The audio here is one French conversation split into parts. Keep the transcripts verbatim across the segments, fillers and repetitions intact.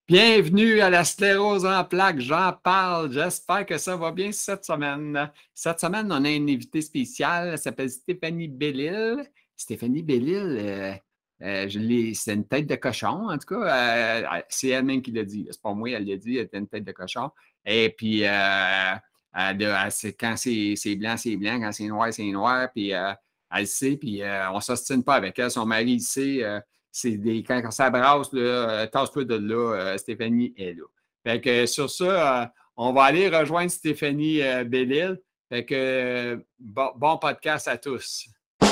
Bienvenue à la sclérose en plaques, j'en parle. J'espère que ça va bien cette semaine. Cette semaine, on a une invitée spéciale, elle s'appelle Stéphanie Bellil. Stéphanie Bellil, euh, euh, je l'ai- c'est une tête de cochon, en tout cas. Euh, c'est elle-même qui l'a dit. C'est pas moi, elle l'a dit, elle était une tête de cochon. Et puis, euh, elle a- elle sait- quand c'est c'est blanc, c'est blanc, quand c'est noir, c'est noir. Puis, euh, elle le sait, puis euh, on ne s'ostine pas avec elle. Son mari, il sait. euh, c'est des, quand, quand ça brasse, là, euh, tasse-toi de là, euh, Stéphanie est là. Fait que sur ça, euh, on va aller rejoindre Stéphanie euh, Bellil. Fait que euh, bon, bon podcast à tous.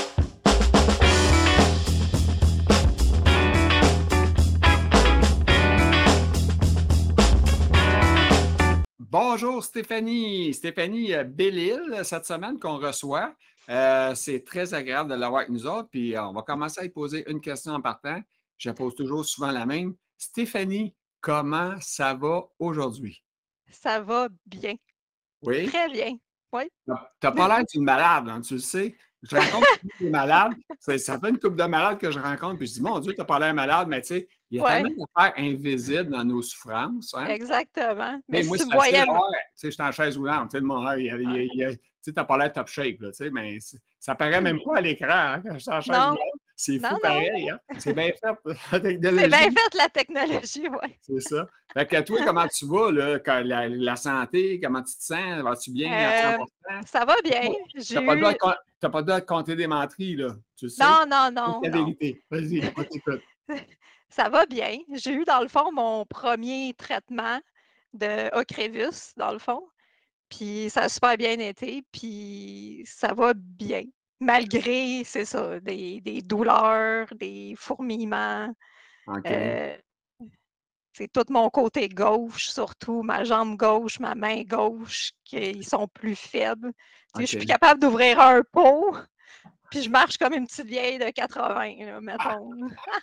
Bonjour Stéphanie. Stéphanie euh, Bellil, cette semaine qu'on reçoit. Euh, c'est très agréable de l'avoir avec nous autres. Puis euh, on va commencer à lui poser une question en partant. Je pose toujours souvent la même. Stéphanie, comment ça va aujourd'hui? Ça va bien, Oui? très bien, oui. Tu n'as pas l'air d'une malade, hein, tu le sais. Je rencontre des malades. Ça, ça fait une couple de malades que je rencontre, puis je dis, mon Dieu, tu n'as pas l'air malade, mais tu sais, il y a tellement Ouais, d'affaires invisibles dans nos souffrances. Hein? exactement. Tu sais, Mais si moi, tu c'est me facile voyais, à m- voir. Tu sais, je suis en chaise roulante. Tu sais, mon air, il, il, ouais. il, il- tu sais, t'as pas l'air top shape, là, tu sais, mais c'est- ça paraît même pas à l'écran hein, quand je suis en chaise Non, roulante. C'est non, fou non. pareil. Hein? C'est bien fait, la C'est bien technologie. fait la technologie, oui. C'est ça. Fait que toi, comment tu vas, là, quand la, la santé, comment tu te sens? Vas-tu bien à Euh, cent pour cent? Ça va Tu bien. n'as pas le droit J'ai de eu. con- t'as pas le droit de compter des menteries, là. Tu le sais? Non, non, C'est non, la non. vérité. Vas-y, on t'écoute. Ça va bien. J'ai eu, dans le fond, mon premier traitement de Ocrevus, dans le fond. Puis ça a super bien été, puis ça va bien. Malgré, c'est ça, des, des douleurs, des fourmillements. OK. euh, C'est tout mon côté gauche, surtout ma jambe gauche, ma main gauche, qui sont plus faibles. Tu sais, je suis plus OK. capable d'ouvrir un pot, puis je marche comme une petite vieille de quatre-vingts, là, mettons.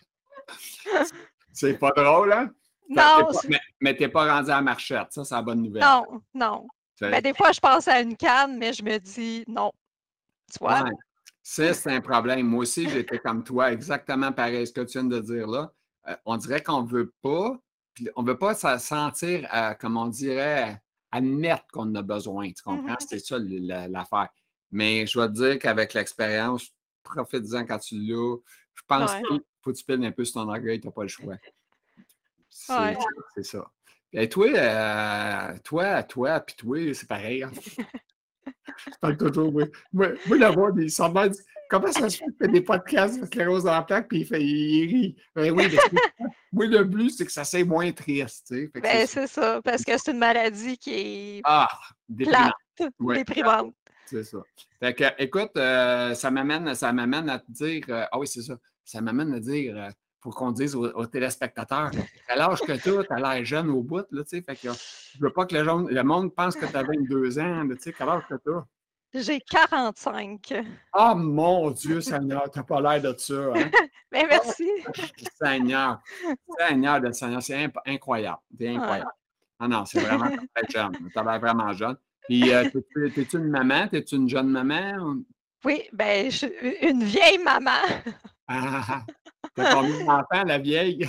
C'est pas drôle, hein? T'as- t'es Non, pas- c'est- mais mais t'es pas rendu à la marchette. Ça, c'est la bonne nouvelle. non, non. Tu Ben, sais? des fois, je pense à une canne, mais je me dis non. Tu vois? Ouais. Ça, c'est un problème. Moi aussi, j'étais comme toi, exactement pareil, ce que tu viens de dire là. Euh, on dirait qu'on veut pas, puis on veut pas se sentir, euh, comme on dirait, admettre qu'on en a besoin. Tu comprends? Mhm. C'est ça le- la- l'affaire. Mais je dois te dire qu'avec l'expérience, profite-en quand tu l'as. Je pense Ouais, qu'il faut que tu piles un peu sur ton orgueil, tu n'as pas le choix. C'est ouais. c'est ça. Et toi, euh, toi, toi, puis toi, c'est pareil. Hein? Je parle toujours, oui. Moi, moi la voix, il s'en va, dit, comment ça se fait que tu fais des podcasts de sclérose en plaques, puis il, fait, il rit. Ben oui, parce que moi, le but, c'est que ça soit moins triste, tu sais. Fait que c'est Ben, ça. c'est ça, parce que c'est une maladie qui est Ah, déprimant. plate, Oui, déprimante. c'est ça. Fait que, écoute, euh, ça m'amène, ça m'amène à te dire, euh, ah oui, c'est ça. Ça m'amène à dire, euh, faut qu'on dise aux, aux téléspectateurs, à l'âge que tu as, tu as l'air jeune au bout, là, tu sais. Fait que je veux pas que le, jaune- le monde pense que tu as vingt-deux ans, là, tu sais, quel âge que tu as? J'ai quarante-cinq. Ah, mon Dieu, Seigneur, t'as pas l'air de ça, hein? Ben, Oh, merci. Seigneur, Seigneur de Seigneur, c'est imp- incroyable, c'est Ouais. incroyable. Ah non, c'est vraiment, t'as l'air jeune, t'as l'air vraiment jeune. Puis, euh, t'es-tu t'es-tu une maman? T'es-tu une jeune maman? Oui, ben, je une vieille maman. Ah, ah, ah. T'as combien d'enfants, la vieille?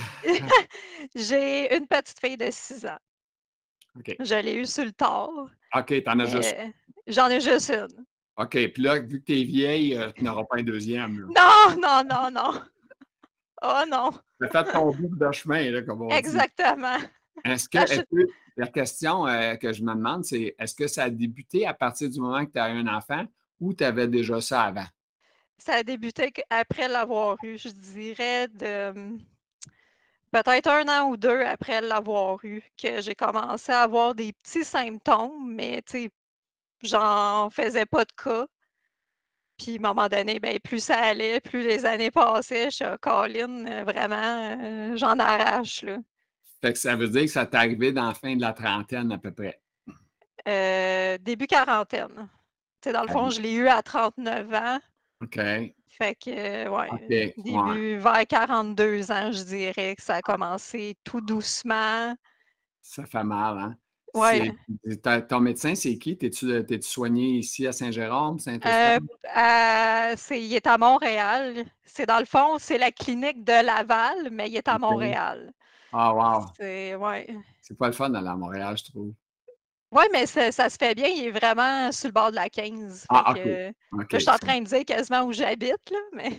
J'ai une petite fille de six ans. OK. Je l'ai eue sur le tard, OK, t'en as juste. mais j'en ai juste une. OK, puis là, vu que t'es vieille, euh, tu n'auras pas un deuxième, là. Non, non, non, non. Oh non, T'as fait ton bout de chemin, là, comme on dit. exactement. Est-ce que, Ça, est-ce je- que- la question euh, que je me demande, c'est est-ce que ça a débuté à partir du moment que tu as eu un enfant ou tu avais déjà ça avant? ça a débuté qu- après l'avoir eu, je dirais de peut-être un an ou deux après l'avoir eu, que j'ai commencé à avoir des petits symptômes, mais tu sais, j'en faisais pas de cas. Puis, à un moment donné, ben, plus ça allait, plus les années passaient, je suis ah, Colin, euh, vraiment, euh, j'en arrache, là. Fait que ça veut dire que ça t'est arrivé dans la fin de la trentaine à peu près. Euh, début quarantaine. Tu sais, dans le fond, je l'ai eu à trente-neuf ans. OK. Fait que, euh, ouais, OK. Ouais. début vers quarante-deux ans, je dirais que ça a commencé tout doucement. Ça fait mal, hein? Ouais. C'est, ta- ton médecin, c'est qui? T'es-tu, t'es-tu soigné ici à Saint-Jérôme, Euh, Saint-Eustache? à- c'est, il est à Montréal. C'est dans le fond, c'est la clinique de Laval, mais il est à OK. Montréal. Ah, wow! C'est ouais. C'est pas le fun d'aller à Montréal, je trouve. Ouais, mais ça ça se fait bien, il est vraiment sur le bord de la quinze. Fait Ah, OK. que là, je OK. suis en train de dire quasiment où j'habite, là, mais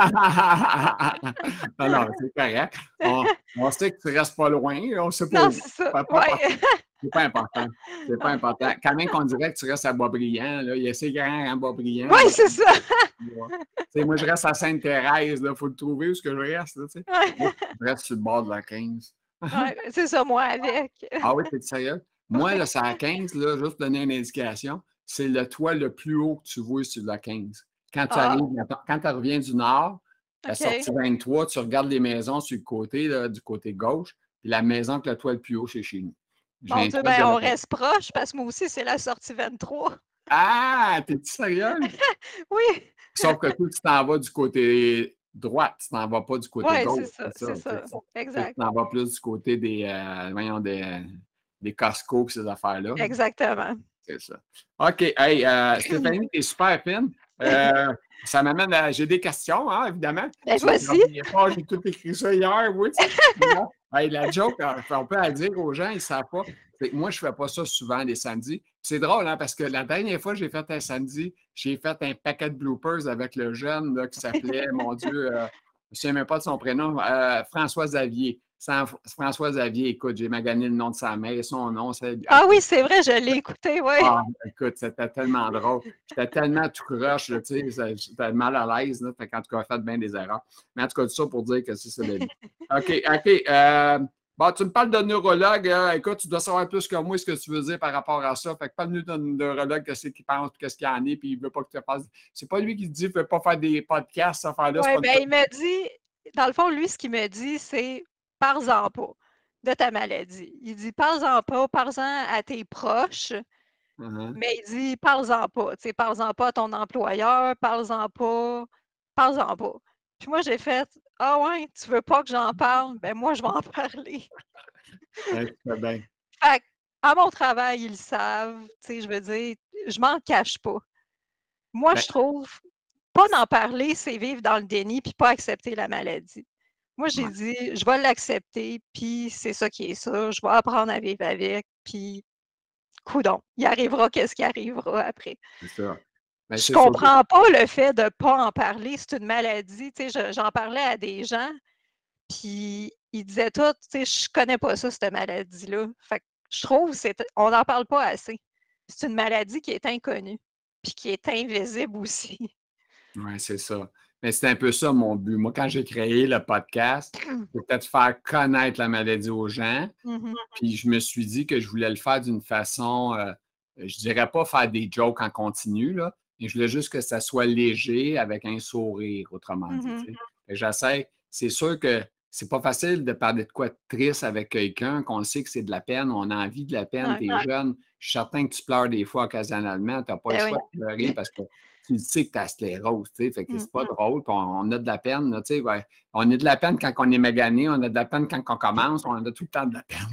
Non, non, c'est correct. On, on sait que tu restes pas loin, on sait pas non, où. c'est ça, Pas, pas ouais. important. C'est pas important. C'est pas important. Quand même qu'on dirait que tu restes à Boisbriand, là, il y a assez grand à Boisbriand, Ouais, là. c'est ça! Tu sais, moi, je reste à Sainte-Thérèse, il faut le trouver où ce que je reste, là, tu sais. Moi, Ouais. je reste sur le bord de la quinze. Ouais, c'est ça, moi avec. Ah oui, t'es sérieux? Moi, Ouais. là, c'est à quinze, là, juste pour donner une indication, c'est le toit le plus haut que tu vois sur la quinze. Quand tu Ah, arrives, mettons, quand tu reviens du nord, la OK. sortie vingt-trois, tu regardes les maisons sur le côté, là, du côté gauche, puis la maison avec le toit le plus haut, c'est chez nous. J'ai Mon un Dieu, test ben de on la... reste proche parce que moi aussi, c'est la sortie vingt-trois. Ah! T'es sérieux? Oui! Sauf que toi, tu t'en vas du côté droit, tu t'en vas pas du côté Ouais, c'est gauche, ça, c'est c'est ça. Tu ça. sais, tu Exact. t'en vas plus du côté des, euh, voyons, des, des Costco et ces affaires-là. Exactement. C'est ça. OK. Hey, euh, Stéphanie, t'es super fine. Euh, ça m'amène à. J'ai des questions, hein, évidemment. Ben Tu ne vas-y! travaillais pas, j'ai tout écrit ça hier, oui. Tu sais. Moi, hey, la joke, euh, on peut la dire aux gens, ils ne savent pas. C'est que moi, je ne fais pas ça souvent les samedis. C'est drôle, hein, parce que la dernière fois que j'ai fait un samedi, j'ai fait un paquet de bloopers avec le jeune là, qui s'appelait, mon Dieu, euh, je ne me souviens même pas de son prénom, euh, François Xavier. Sans François Xavier, écoute, j'ai magané le nom de sa mère, son nom, c'est. Ah oui, c'est vrai, je l'ai écouté, oui. Ah, écoute, c'était tellement drôle. J'étais tellement tout croche, là, tu sais, j'étais mal à l'aise, là. Fait qu'en tout cas, j'ai fait bien des erreurs. Mais en tout cas, tout ça pour dire que c'est ça la vie. OK, OK. Euh, bon, tu me parles de neurologue. Hein. Écoute, tu dois savoir plus que moi ce que tu veux dire par rapport à ça. Fait que parle-nous d'un neurologue, qu'est-ce qu'il pense, qu'est-ce qu'il y en est, puis il veut pas que tu fasses. C'est pas lui qui te dit, ne veut pas faire des podcasts, ça faire là, c'est Oui, pas ben il me dit, dans le fond, lui, ce qu'il me dit, c'est parle-en pas de ta maladie. Il dit parle-en pas, parle-en à tes proches, une. mais il dit parle-en pas. Tu sais, parle-en pas à ton employeur, parle-en pas, parle-en pas. Puis moi, j'ai fait ah ouais, tu veux pas que j'en parle? Ben moi, je vais en parler. Ouais, c'est bien. Fait que, à mon travail, ils le savent. Tu sais, je veux dire, je m'en cache pas. Moi, Ben, je trouve, pas d'en parler, c'est vivre dans le déni puis pas accepter la maladie. Moi, j'ai ouais, dit, je vais l'accepter, puis c'est ça qui est ça. Je vais apprendre à vivre avec, puis coudonc, il arrivera qu'est-ce qui arrivera après. c'est ça. Ben, Je c'est ça. comprends pas le fait de pas en parler. C'est une maladie. Tu sais, je- j'en parlais à des gens, puis ils disaient tout, tu sais, je connais pas ça, cette maladie-là. Fait que je trouve c'est on n'en parle pas assez. C'est une maladie qui est inconnue, puis qui est invisible aussi. Oui, c'est ça. Mais c'est un peu ça mon but. Moi, quand j'ai créé le podcast, c'était de faire connaître la maladie aux gens. Mhm, Puis je me suis dit que je voulais le faire d'une façon, euh, je dirais pas faire des jokes en continu, là, mais je voulais juste que ça soit léger avec un sourire, autrement dit. mhm. Tu sais. Fait que j'essaie. C'est sûr que c'est pas facile de parler de quoi de triste avec quelqu'un, qu'on sait que c'est de la peine, on a envie de la peine, Ouais. tu es jeune. Je suis certain que tu pleures des fois occasionnellement, tu n'as pas le Ben choix oui. de pleurer parce que tu sais que tu as sclérose, tu sais, fait que Mm. c'est pas drôle, puis on, on a de la peine, là, tu sais, ouais. On a de la peine quand on est magané, on a de la peine quand on commence, on a tout le temps de la peine.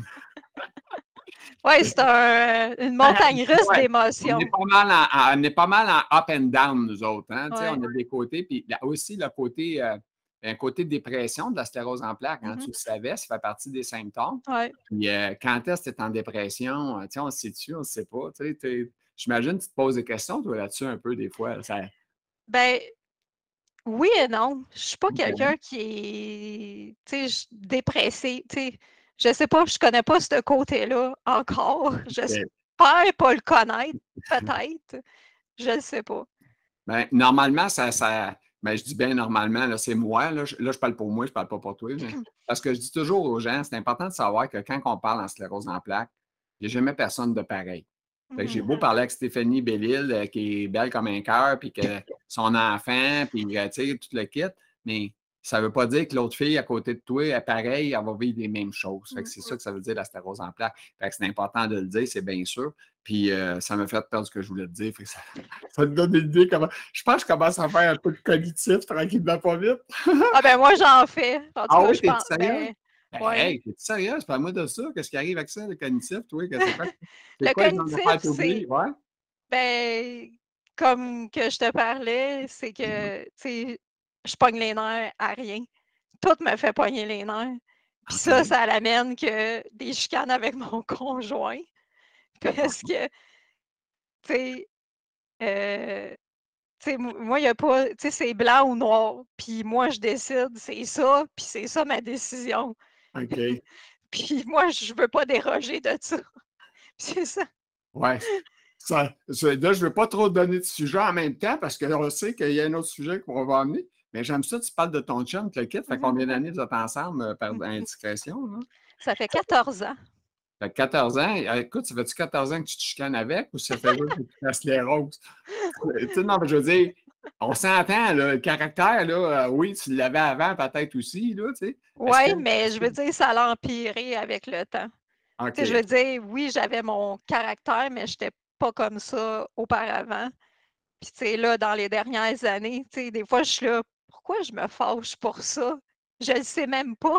Ouais, c'est un, une montagne russe Ouais, on est d'émotions. pas mal en, on est pas mal en up and down, nous autres. Hein? Tu sais, Ouais. on a des côtés, puis là aussi le côté, euh, un côté de dépression de la sclérose en plaques. Hein? Mhm. Tu le savais, ça fait partie des symptômes. Ouais. Puis euh, quand est-ce que tu es en dépression, euh, tu sais, on se situe, on ne sait pas. Tu sais, t'es- j'imagine que tu te poses des questions, toi, là-dessus, un peu, des fois. Ça... Ben oui et non. Je suis pas OK. quelqu'un qui est, tu sais, je- dépressé. Tu sais, je sais pas, je connais pas ce côté-là encore. OK. J'espère pas le connaître, peut-être. Je ne sais pas. Ben, normalement, ça, ça ben, je dis bien normalement, là, c'est moi. Là, je, là, je parle pour moi, je ne parle pas pour toi. Mais, parce que je dis toujours aux gens, c'est important de savoir que quand on parle en sclérose en plaques, il n'y a jamais personne de pareil. Fait que j'ai Mhm. beau parler avec Stéphanie Bellil, euh, qui est belle comme un cœur, puis que son enfant, puis euh, tu sais, tout le kit, mais ça ne veut pas dire que l'autre fille à côté de toi est pareille, elle va vivre les mêmes choses. Fait que Mm. c'est ça que ça veut dire la sclérose en plaques. Fait que c'est important de le dire, c'est bien sûr. Puis euh, ça m'a fait perdre ce que je voulais te dire. Fait que ça, ça te donne une idée comment. Je pense que je commence à faire un peu de cognitif tranquillement, pas vite. Ah ben moi j'en fais. En tout Ah cas, oui, je t'es pense. sérieux? Ben Ben, ouais. hey, t'es sérieux? Parle-moi de ça. Qu'est-ce qui arrive avec ça, le cognitif, toi? Que C'est quoi, c'est Le quoi le genre cognitif, d'affaires que c'est t'oublies? Ouais? ben comme que je te parlais, c'est Mhm. que tu sais, je pogne les nerfs à rien. Tout me fait pogner les nerfs. Puis ça, OK. ça l'amène que des chicanes avec mon conjoint parce Ah. que, tu sais, heu, tu sais, m moi, il y a pas tu sais, c'est blanc ou noir, puis moi, je décide, c'est ça, puis c'est ça ma décision. OK. Puis moi, je veux pas déroger de ça. C'est ça. Ouais, ça je là, je veux pas trop donner de sujet en même temps parce qu'on sait qu'il y a un autre sujet qu'on va amener, mais j'aime ça, tu parles de ton chum, puis le kit. Ça fait Mmh mh. combien d'années vous êtes ensemble, euh, par Mmh mh. indiscrétion, là? Ça fait quatorze ans. Ça fait quatorze ans. Eh, écoute, ça fait-tu quatorze ans que tu te chicanes avec ou ça fait juste que tu fasses les roses? Tu sais, non, mais je veux dire, on s'entend, là, le caractère, là, heu, oui, tu l'avais avant peut-être aussi, là, tu sais? Est-ce que Ouais, mais est-ce je que veux dire, ça l'a empiré avec le temps. Tu sais, je OK, veux dire, oui, j'avais mon caractère, mais j'étais pas comme ça auparavant. Puis, tu sais, là, dans les dernières années, tu sais, des fois, je suis là: «Pourquoi je me fâche pour ça? Je le sais même pas.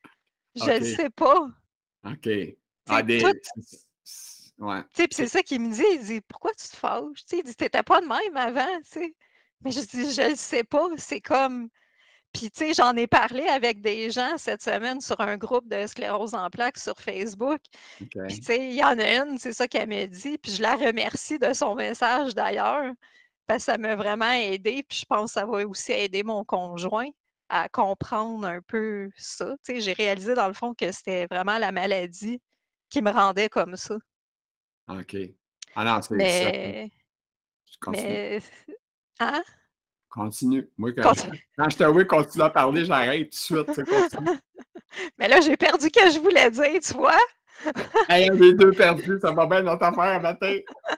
Je le OK, sais pas». OK. Tu Ah, sais, tout des c c c ouais, tu sais, puis c'est OK, ça qu'il me dit, il dit: «Pourquoi tu te fâches?» Tu sais, il dit: «Tu pas de même avant», tu sais? Mais je dis: «Je le sais pas». C'est comme puis, tu sais, j'en ai parlé avec des gens cette semaine sur un groupe de sclérose en plaques sur Facebook. Puis, tu OK, sais, il y en a une, c'est ça qu'elle m'a dit, puis je la remercie de son message d'ailleurs, parce que ça m'a vraiment aidée, puis je pense que ça va aussi aider mon conjoint à comprendre un peu ça. Tu sais, j'ai réalisé dans le fond que c'était vraiment la maladie qui me rendait comme ça. OK. Ah non, c'est ça, Mais continue, mais hein? continue. Moi, quand je Conti quand je te vois continuer à parler, j'arrête tout de suite, tu sais, continue. mais là, j'ai perdu ce que je voulais dire, tu vois? Hey, on est deux perdus, ça va bien notre affaire à matin.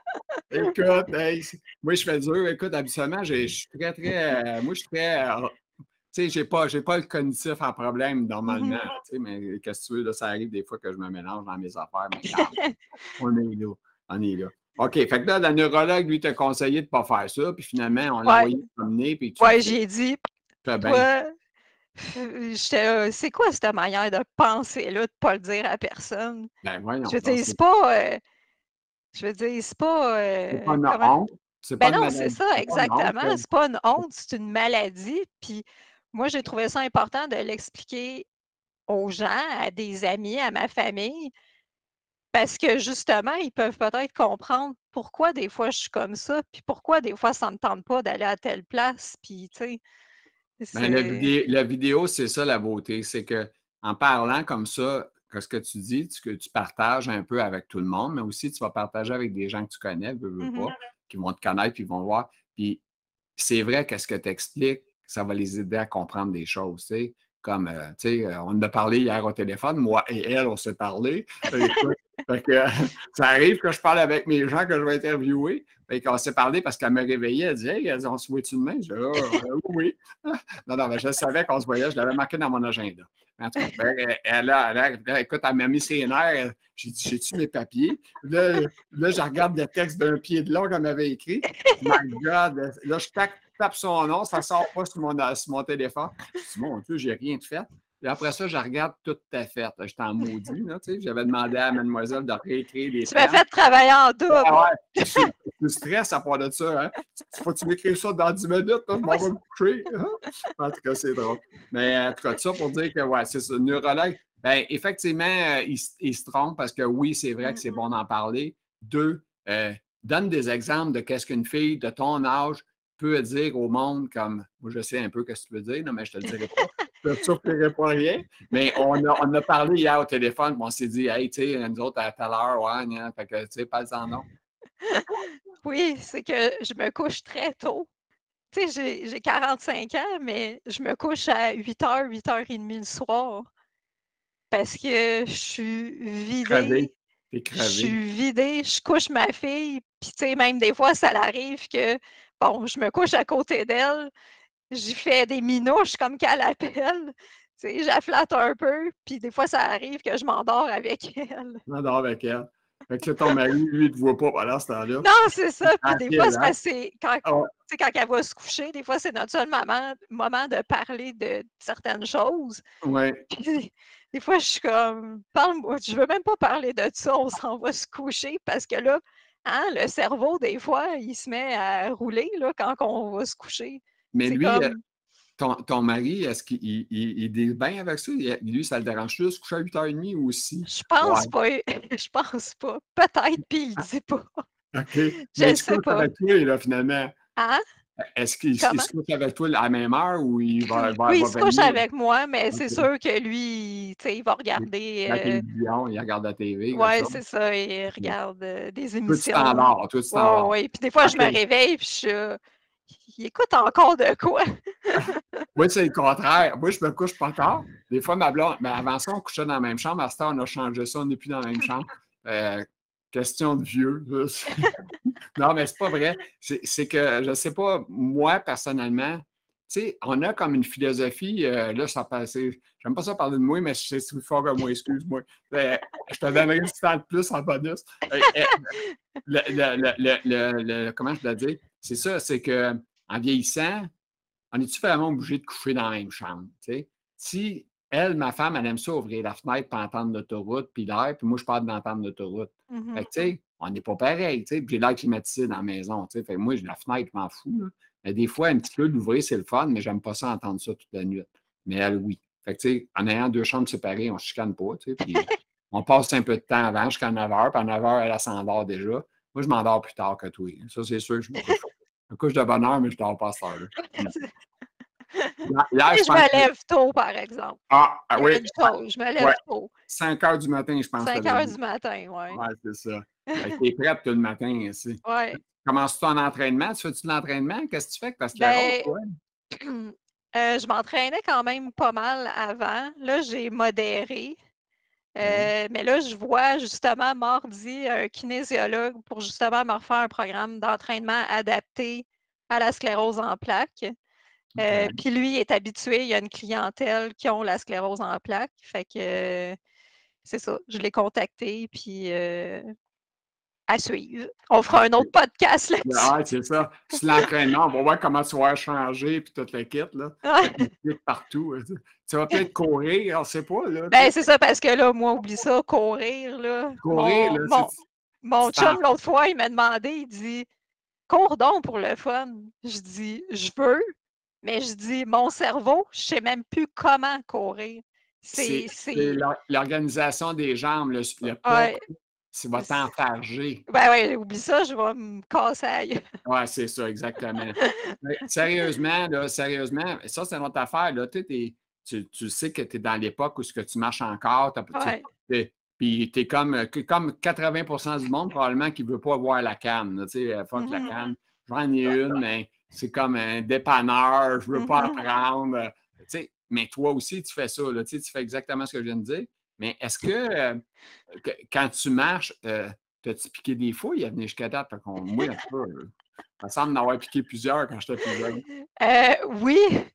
Écoute, hey, c moi, je fais dur. Écoute, habituellement, j'ai je suis très, très, heu, moi, je suis très, heu, tu sais, j'ai pas j'ai pas le cognitif en problème normalement, Mmh. là, tu sais, mais qu'est-ce que tu veux, là, ça arrive des fois que je me mélange dans mes affaires, mais regarde, on est là, on est là. OK, fait que là, la neurologue, lui, t'a conseillé de pas faire ça, puis finalement, on l'a Ouais, envoyé se promener, puis tu ouais, tu j'ai dit: fais bien. «Toi, heu, j'étais là, c'est quoi cette manière de penser-là, de pas le dire à personne?» Ben, Je voyons veux donc, dire, c'est c'est pas, heu, je veux dire, c'est pas, c'est pas heu, une comment honte, c'est pas ben une non, c'est maladie, ça, c'est pas une honte, exactement, heu, c'est pas une honte, c'est une maladie, puis moi, j'ai trouvé ça important de l'expliquer aux gens, à des amis, à ma famille, parce que justement, ils peuvent peut-être comprendre pourquoi des fois je suis comme ça, puis pourquoi des fois ça me tente pas d'aller à telle place, puis tu sais, ben, la c'est vidé la vidéo, c'est ça la beauté, c'est qu'en parlant comme ça, que ce que tu dis, tu que tu partages un peu avec tout le monde, mais aussi tu vas partager avec des gens que tu connais, veux, veux mmh pas, qui vont te connaître, puis ils vont voir. Puis c'est vrai que ce que tu expliques, ça va les aider à comprendre des choses, tu sais. Comme, heu, tu sais, heu, on en a parlé hier au téléphone, moi et elle, on s'est parlé. Écoute, fait que ça arrive que je parle avec mes gens que je vais interviewer. Fait qu'on s'est parlé parce qu'elle m'a réveillé, elle dit: «Hey», elle dit: «On se voit-tu demain?» Je dis: «Ah, heu, oui, oui». Non, non, mais je savais qu'on se voyait, je l'avais marqué dans mon agenda. En tout cas, ben, elle elle a elle a écoute, elle m'a mis ses nerfs, j'ai dit: «J'ai-tu mes papiers?» Là, là, je regarde le texte d'un pied de long qu'elle m'avait écrit. My God! Là, je tape, tape son nom, ça sort pas sur mon, euh, sur mon téléphone. Je dis, mon Dieu, j'ai rien de fait. Et après ça, je regarde tout à fait. J'étais en maudit, là, tu sais. J'avais demandé à mademoiselle de réécrire les Tu m'as termes. fait travailler en Ah double. ouais, je suis je stresse à part de ça, hein. Faut que tu m'écrives ça dans dix minutes, là, je m'en vais Oui. me coucher. Hein. En tout cas, c'est drôle. Mais en tout cas, tout ça pour dire que, ouais, c'est ça, le neurologue, ben, effectivement, euh, il, s- il se trompe parce que oui, c'est vrai que Mmh c'est mh. bon d'en parler. Deux, euh, donne des exemples de qu'est-ce qu'une fille de ton âge peut dire au monde comme, moi, je sais un peu ce que tu veux dire, non, mais je te le dirai pas. Je ne te surprendrai pas rien. Mais on a, on a parlé hier au téléphone, puis on s'est dit, hey, tu sais, nous autres, à telle heure, ouais, gna, fait que, tu sais, pas en nom. Oui, c'est que je me couche très tôt. Tu sais, j'ai j'ai quarante-cinq ans, mais je me couche à huit heures, huit heures trente le soir parce que je suis Crevé. vidée. T'es Je crevé. suis vidée, je couche ma fille, puis tu sais, même des fois, ça l'arrive que, bon, je me couche à côté d'elle, j'y fais des minouches comme qu'elle appelle, tu sais, je la flatte un peu, puis des fois, ça arrive que je m'endors avec elle. J'adore avec elle. Fait que là, ton mari, lui, il te voit pas pendant ce temps-là. Non, c'est Il est ça, puis des fois, tranquille, c'est hein? parce que c'est quand Ah ouais. tu sais, quand elle va se coucher, des fois, c'est notre seul moment moment de parler de certaines choses. Ouais. Puis des fois, je suis comme: «Parle-moi, je veux même pas parler de ça, on s'en va se coucher» parce que là, hein, le cerveau, des fois, il se met à rouler là, quand on va se coucher. Mais C'est lui, heu, comme ton, ton mari, est-ce qu'il il, il, il deal bien avec ça? Il- lui, ça le dérange-tu de se coucher à huit heures trente ou aussi? Je Ouais. pense pas. Je pense pas. Peut-être, puis il le Ah, dit pas. OK. Je Mais le tu sais couches pas. avec toi, là, finalement. Hein? Est-ce qu'il il Comment? se couche avec toi à la même heure ou il va, va, Oui, il va se couche venir? avec moi, mais OK. c'est sûr que lui, tu sais, il va regarder. La euh, télévision, il regarde la T V, quelque Ouais, chose. c'est ça, il OK. regarde euh, des Toi, tu émissions. t'endors. Toi, tu Ouais, ouais, t'endors. ouais. Puis des fois, je OK. me réveille, puis je suis là, il écoute encore de quoi? Moi, c'est le contraire. Moi, je me couche pas tard. Des fois, ma blonde, mais avant ça, on couchait dans la même chambre. À ce temps, on a changé ça, on n'est plus dans la même chambre. Euh, question de vieux. Non, mais c'est pas vrai. C'est c'est que, je sais pas, moi, personnellement, tu sais, on a comme une philosophie, euh, là, ça passe. J'aime pas ça parler de moi, mais je sais plus fort que moi, excuse-moi. Euh, je te donnerai du temps de plus en bonus. Euh, euh, le, le- le- le- le- le- comment je dois dire? C'est ça, c'est que en vieillissant, on est-tu vraiment obligé de coucher dans la même chambre? Tu sais? Si elle, ma femme, elle aime ça ouvrir la fenêtre pour entendre l'autoroute, puis l'air, puis moi, je parle d'entendre l'autoroute. Fait Mhm. que, tu sais, on n'est pas pareil, tu sais, puis j'ai l'air climatisé dans la maison, tu sais. Fait que moi, j'ai la fenêtre, je m'en fous, là. Mais des fois, un petit peu l'ouvrir, c'est le fun, mais j'aime pas ça entendre ça toute la nuit. Mais elle, oui. Fait que, tu sais, en ayant deux chambres séparées, on se chicane pas, tu sais, puis on passe un peu de temps avant, jusqu'à neuf heures, puis à neuf heures, elle, elle s'endort déjà. Moi, je m'endors plus tard que toi. Ça, c'est sûr que je me couche. Je me couche de bonne heure, mais je dors pas à cette heure-là. Non. Hier, hier, Et je je pense me que. lève tôt, par exemple. Ah, ah Il y oui, a une chose, je me ouais, lève tôt. cinq heures du matin, je pense que tu cinq avais heures dit. du matin, ouais. Ouais, c'est ça. Fait que t'es prête tout le matin ici. Ouais. Commences-tu ton entraînement? Tu fais-tu de l'entraînement? Qu'est-ce que tu fais avec ta sclérose, Ben, toi? euh, je m'entraînais quand même pas mal avant. Là, j'ai modéré. OK. Euh, mais là, je vois justement mardi un kinésiologue pour justement me refaire un programme d'entraînement adapté à la sclérose en plaques. Euh, OK. puis lui est habitué, il y a une clientèle qui ont la sclérose en plaques. Fait que euh, c'est ça, je l'ai contacté, puis euh, à suivre. On fera un autre OK. podcast là-dessus. Ouais, c'est ça. Puis l'entraînement, on va voir comment tu vas changer, puis toute la kit, là. Fait que Ouais. tu partout. Tu tu vas peut-être courir, on ne sait pas, là, tu Ben, sais. c'est ça, parce que là, moi, oublie ça, courir, là. Courir, Mon, là, c'est mon, mon tu t'en. chum, l'autre fois, il m'a demandé, il dit cours donc pour le fun. Je dis je veux, mais je dis mon cerveau, je sais même plus comment courir. C'est C'est, c'est c'est, l'or- l'organisation des jambes, le, le pas, ouais, ça va c'est- t'enfarger. ben ouais, oublie ça, je vais me casser la gueule. Ouais, c'est ça, exactement. Mais sérieusement, là, sérieusement, ça, c'est notre affaire. Là. Tu, t'es- tu, tu sais que tu es dans l'époque où ce que tu marches encore. t'as- tu- Ouais. t'es- Puis tu es comme, euh, que- comme quatre-vingts pour cent du monde, probablement, qui ne veut pas voir la canne. Là, tu sais, euh, fuck la Mhm. canne. J'en ai une, mais c'est comme un dépanneur, je ne veux pas en Mhm. prendre. euh, tu sais, mais toi aussi, tu fais ça. Là, tu sais, tu fais exactement ce que je viens de dire. Mais est-ce que, euh, que- quand tu marches, euh, t'as-tu piqué des fouilles à venir jusqu'à date? Fait qu'on- moi, en tout cas, euh, ça me semble en avoir piqué plusieurs quand j'étais plus jeune. Euh, oui,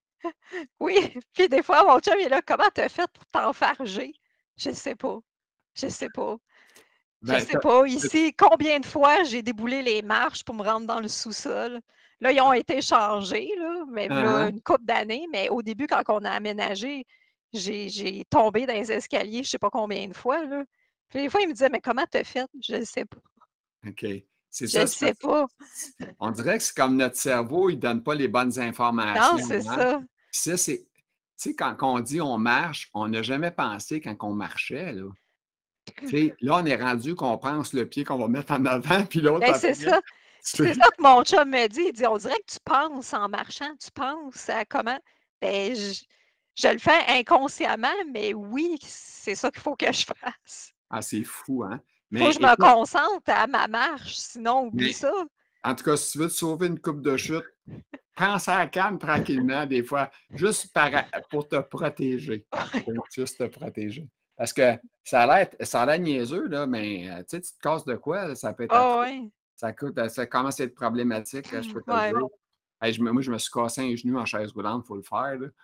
oui. Puis des fois, mon chum il est là, comment t'as fait pour t'enfarger? Je sais pas. Je sais pas. Je Ben, sais t'as- pas. Ici, combien de fois j'ai déboulé les marches pour me rendre dans le sous-sol? Là, ils ont été changés, là, mais là, uh-huh. une couple d'années. Mais au début, quand on a aménagé, j'ai, j'ai tombé dans les escaliers, je sais pas combien de fois, là. Puis des fois, ils me disaient, mais comment t'as fait? Je ne sais pas. OK. C'est Je ne ça, c'est sais parce- pas. on dirait que c'est comme notre cerveau, il ne donne pas les bonnes Non, informations. c'est Hein? ça. Puis ça, c'est. Tu sais, quand on dit on marche, on n'a jamais pensé quand on marchait, là. Tu sais, là, on est rendu qu'on pense le pied qu'on va mettre en avant, puis l'autre Ben, c'est après. ça. C'est C'est- ça que mon chum me dit. Il dit, on dirait que tu penses en marchant, tu penses à comment. Ben, je, je le fais inconsciemment, mais oui, c'est ça qu'il faut que je fasse. Ah, c'est fou, hein? Il faut que Mais je me écoute, concentre à ma marche, sinon oublie mais ça. en tout cas, si tu veux te sauver une coupe de chute, prends ça à calme tranquillement, des fois, juste par- pour te protéger. Pour juste te protéger. Parce que ça a l'air, ça a l'air niaiseux, là, mais euh, tu sais, tu te casses de quoi, ça peut être Oh, atroce. oui. Ça, coûte, ça commence à être problématique, je peux te le Ouais. dire. Hey, je me- moi, je me suis cassé un genou en chaise roulante, il faut le faire. Là.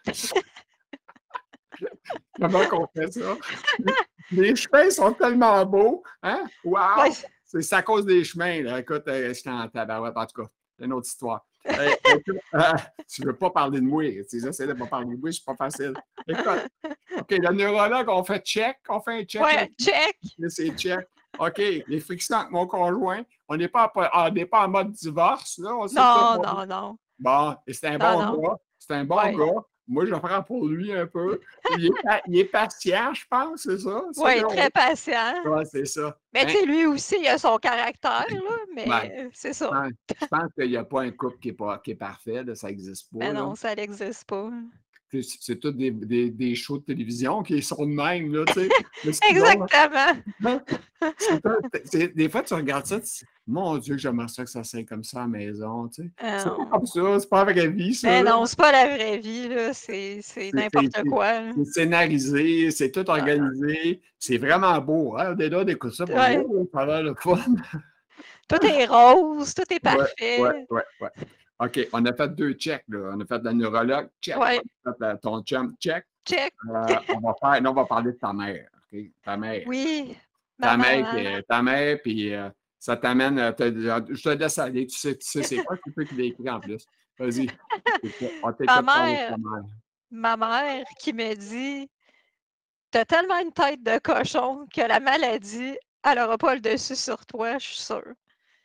Comment qu'on fait ça? Les chemins sont tellement beaux. Hein? Ouais. Wow! C'est c'est à cause des chemins. Là. Écoute, euh, je suis en tabarouette. En tout cas, c'est une autre histoire. Euh, écoute, euh, tu ne veux pas parler de moi. Tu sais, de ne pas parler de moi, c'est pas facile. Écoute, OK, le neurologue, on fait check. On fait un check là Ouais, check. Là, c'est check. OK, les frictions avec mon conjoint, on n'est pas, en- on n'est pas en mode divorce. Là, on sait que tout Non, va bien. non, non. Bon, et c'est un Non, bon non. gars. C'est un bon Ouais. gars. moi, je prends pour lui un peu. Il est, pa- il est patient, je pense, c'est ça? C'est Oui, ça très patient. ouais, c'est ça. Mais tu Ben, sais, lui aussi, il a son caractère, là, ben, mais c'est je ça. pense, je pense qu'il n'y a pas un couple qui est, pas, qui est parfait, là, ça n'existe Mais pas. Là. non, ça n'existe pas. C'est c'est tous des, des, des shows de télévision qui sont de même, là, tu sais. Mais ce qu'ils ont, Exactement. hein, c'est pas- c'est- des fois, tu regardes ça, tu dis, mon Dieu, que j'aimerais ça que ça soit comme ça à la maison, tu sais. Ah C'est pas non. comme ça, c'est pas la vraie vie, ça, Mais là. non, c'est pas la vraie vie, là. C'est c'est C'est c'est- n'importe c'est- quoi, là. c'est scénarisé, c'est tout Ah, organisé, c'est vraiment beau. Hein? Des là, d'écouter ça, pour ouais. oh, ça a l'air le fun. Tout est rose, tout est Ouais, ouais, parfait. ouais, ouais. OK, on a fait deux checks, là. On a fait de la neurologue, check. Ouais, On a fait la- ton chum, check. check. Euh, on va faire, là, on va parler de ta mère, OK? Ta mère. Oui, ma Ta mère, qui maman. est- ta mère, puis euh, ça t'amène, euh, te- je te laisse aller, tu sais, tu sais c'est quoi, c'est toi qui l'as écrit en plus. Vas-y, on Ma t'écoute parler de ta mère, mère. ma mère qui me dit: «Tu tellement une tête de cochon que la maladie, elle aura pas le dessus sur toi, je suis sûre».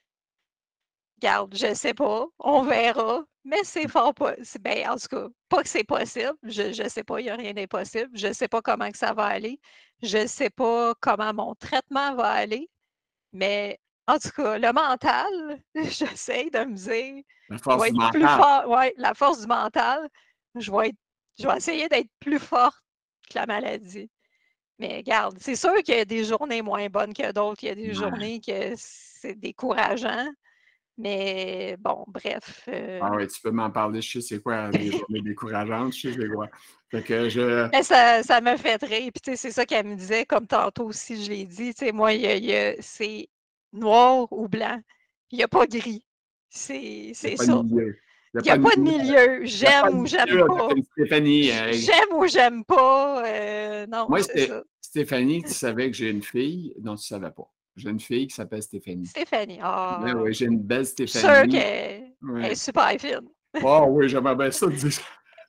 Garde, je sais pas, on verra, mais c'est fort pas ben, en tout cas, pas que c'est possible, je je sais pas, il y a rien d'impossible. Je sais pas comment que ça va aller. Je sais pas comment mon traitement va aller, mais en tout cas, le mental, j'essaye de me dire: La «Je force vais du être plus mental. fort», ouais, la force du mental, je vais être je vais essayer d'être plus forte que la maladie. Mais garde, c'est sûr qu'il y a des journées moins bonnes que d'autres, il y a des Ouais. journées que c'est décourageant. Mais bon, bref, Ah heu, oui, tu peux m'en parler, je sais c'est quoi des journées décourageantes, je sais c'est quoi. Fait que je. mais ça ça m'a fait rire, puis tu sais, c'est ça qu'elle me disait, comme tantôt aussi je l'ai dit, tu sais, moi, il y a il y a c'est noir ou blanc, il y a pas gris. C'est Il n'y a c'est pas de ça. milieu. Il n'y a Il y a pas de pas de milieu. milieu, Il n'y a pas j'aime de ou j'aime milieu avec pas. une Stéphanie. J euh, j'aime ou j'aime pas, heu, non, Moi, c'est c'était ça. Stéphanie, tu savais que j'ai une fille? Non, tu ne savais pas. J'ai une fille qui s'appelle Stéphanie. Stéphanie, Oui, ah, oui, j'ai une belle je suis sûre Stéphanie. qu'elle elle est Oui. super fine. Oh oui, j'aimerais bien ça te dire.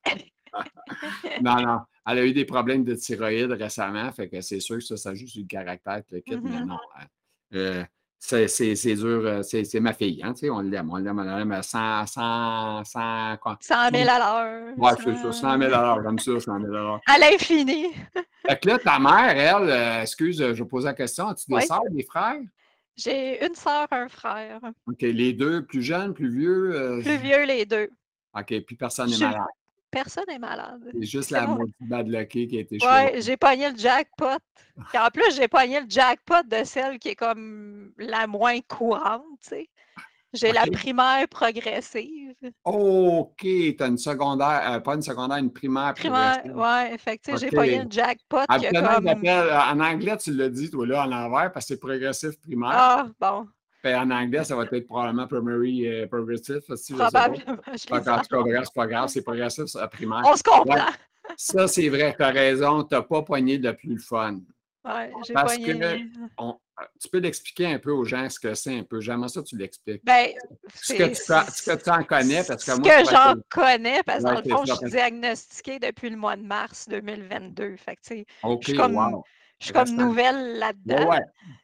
Non, non. Elle a eu des problèmes de thyroïde récemment, fait que c'est sûr que ça, ça joue sur le caractère, tout le kit, mais Mmh. non. Hein. Euh, c'est c'est- c'est dur, euh, c'est c'est ma fille, hein, tu sais, on l'aime, on l'aime, on l'aime à cent, cent, cent, quoi. cent mille à l'heure, Ouais, c'est ça, cent cent mille j'aime ça, cent mille à l'infini. Fait que là, ta mère, elle, euh, excuse, euh, je vais poser la question, as-tu des Oui. sœurs, des frères? J'ai une sœur, un frère. OK, les deux, plus jeunes, plus vieux? euh, Plus vieux les deux. OK, plus personne Je n'est suis le malade. personne n'est malade. C'est juste C'est la mon maudite bad lucky qui a été choisie. ouais, j'ai pogné le jackpot. Puis en plus, j'ai pogné le jackpot de celle qui est comme la moins courante, tu sais. J'ai la OK? primaire progressive. OK, tu as une secondaire, euh, pas une secondaire, une primaire Primaire progressive. ouais, fait que tu sais, j'ai OK. pogné le jackpot qui a Habituellement, ils comme appellent, euh, en anglais, tu l'as dit, toi, là, à l'envers, parce que c'est progressif primaire. ah bon, Puis en anglais, ça va être probablement primary euh, progressive, si je ne sais pas. probablement, je Fait l'ai dit qu'en à tout cas, bref, l'envers. c'est pas grave, c'est progressif, c'est primaire. On se Ouais, comprend. ça, c'est vrai, tu as raison, tu n'as pas pogné de plus le fun. Ouais, j'ai Parce que pogné on- tu peux l'expliquer un peu aux gens ce que c'est un peu. J'aimerais ça que tu l'expliques. ben, Ce que c'est tu, peux- ce que tu en connais, parce que ce moi, je que pourrais te. j'en connais, parce que Ouais, dans le c'est fond, je ça. suis diagnostiquée depuis le mois de mars deux mille vingt-deux. Fait que, tu sais, je OK, suis comme wow. je suis comme Récent. nouvelle Ouais, là-dedans. ouais.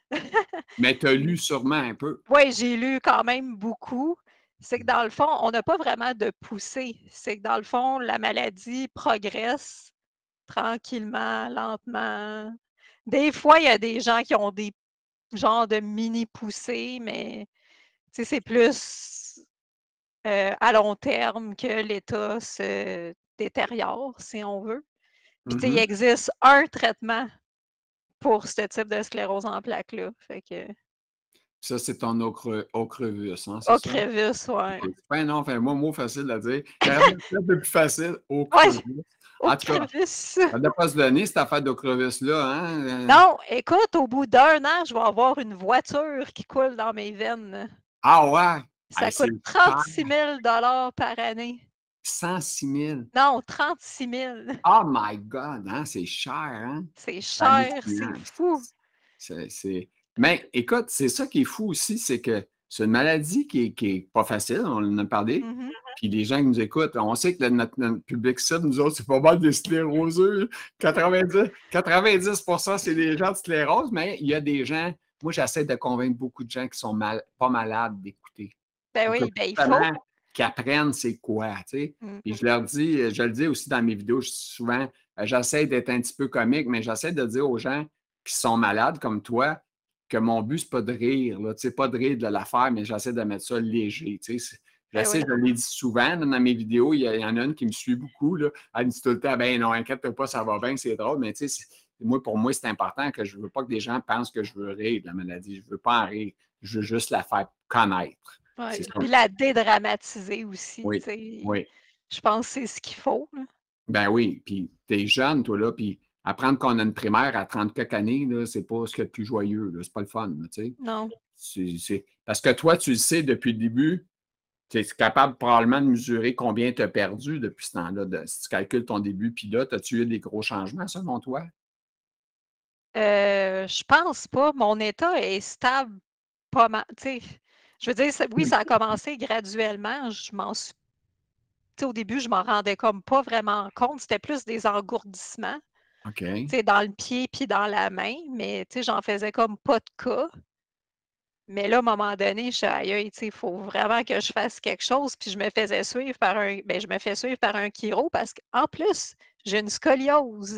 Mais tu as lu sûrement un peu. Oui, j'ai lu quand même beaucoup. C'est que dans le fond, on n'a pas vraiment de poussée. C'est que dans le fond, la maladie progresse tranquillement, lentement. Des fois, il y a des gens qui ont des genres de mini poussées, mais tu sais, c'est plus euh, à long terme que l'État se détériore, si on veut. Puis, tu sais, il Mhm. existe un traitement pour ce type de sclérose en plaques-là. Fait que, Ça, c'est ton ocre- ocrevus, hein, c'est ça? Ocrevus, OK. ouais. C'est pas un nom, enfin, moi, mot facile à dire. Il y a un peu plus facile, Ouais, ocrevus. En tout cas, Ocrevus. ça ne doit pas se donner, cette affaire d'ocrevus-là, hein? euh. Non, écoute, au bout d'un an, je vais avoir une voiture qui coule dans mes veines. Ah ouais? Ça Hey, c'est coûte cher. trente-six mille par année. cent six mille. Non, trente-six mille. Oh my God, hein? C'est cher, hein? C'est C'est cher, c'est hallucinant. fou. C'est, c'est... Mais écoute, c'est ça qui est fou aussi, c'est que c'est une maladie qui est, qui est pas facile, on en a parlé. Mhm. Puis les gens qui nous écoutent, on sait que le- notre, notre public cible, nous autres, c'est pas mal des scléroseux. quatre-vingt-dix, quatre-vingt-dix pour cent, c'est des gens de sclérose, mais il y a des gens, moi j'essaie de convaincre beaucoup de gens qui sont mal, pas malades d'écouter. Ben Pour que oui, ben il faut. justement, qu'ils apprennent c'est quoi, tu sais? Mmh. Puis je leur dis, je le dis aussi dans mes vidéos, je dis souvent, euh, j'essaie d'être un petit peu comique, mais j'essaie de dire aux gens qui sont malades comme toi que mon but, c'est pas de rire, là, tu sais, pas de rire de l'affaire, mais j'essaie de mettre ça léger, tu sais. Ben J'essaie, oui. je l'ai dit souvent là, dans mes vidéos, il y, a- il y en a une qui me suit beaucoup, là. Elle me dit tout le temps, ben non, inquiète pas, ça va bien, c'est drôle, mais tu sais, c'est- moi, pour moi, c'est important que je veux pas que des gens pensent que je veux rire de la maladie. Je veux pas en rire. Je veux juste la faire connaître. Ouais. C'est ça. Puis la dédramatiser aussi, tu Oui, sais. oui. Je pense que c'est ce qu'il faut, là. Ben oui, puis t'es jeune, toi, là, puis apprendre qu'on a une primaire à trente quelques années, là, c'est pas ce qu'il y a de plus joyeux, là. C'est pas le fun, là, tu sais. Non. C'est- c'est- Parce que toi, tu le sais depuis le début, tu es capable probablement de mesurer combien tu as perdu depuis ce temps-là. de- Si tu calcules ton début, puis là, as-tu eu des gros changements selon toi? Euh, je pense pas. Mon état est stable pas mal. Tu sais, je veux dire, ça- oui, ça a commencé graduellement. Je m'en suis, tu sais, au début, je m'en rendais comme pas vraiment compte. C'était plus des engourdissements, OK. tu sais, dans le pied puis dans la main, mais tu sais, j'en faisais comme pas de cas. Mais là, à un moment donné, je suis aïe, aïe, tu sais, il faut vraiment que je fasse quelque chose. Puis je me faisais suivre par un, ben, je me fais suivre par un chiro parce qu'en plus, j'ai une scoliose.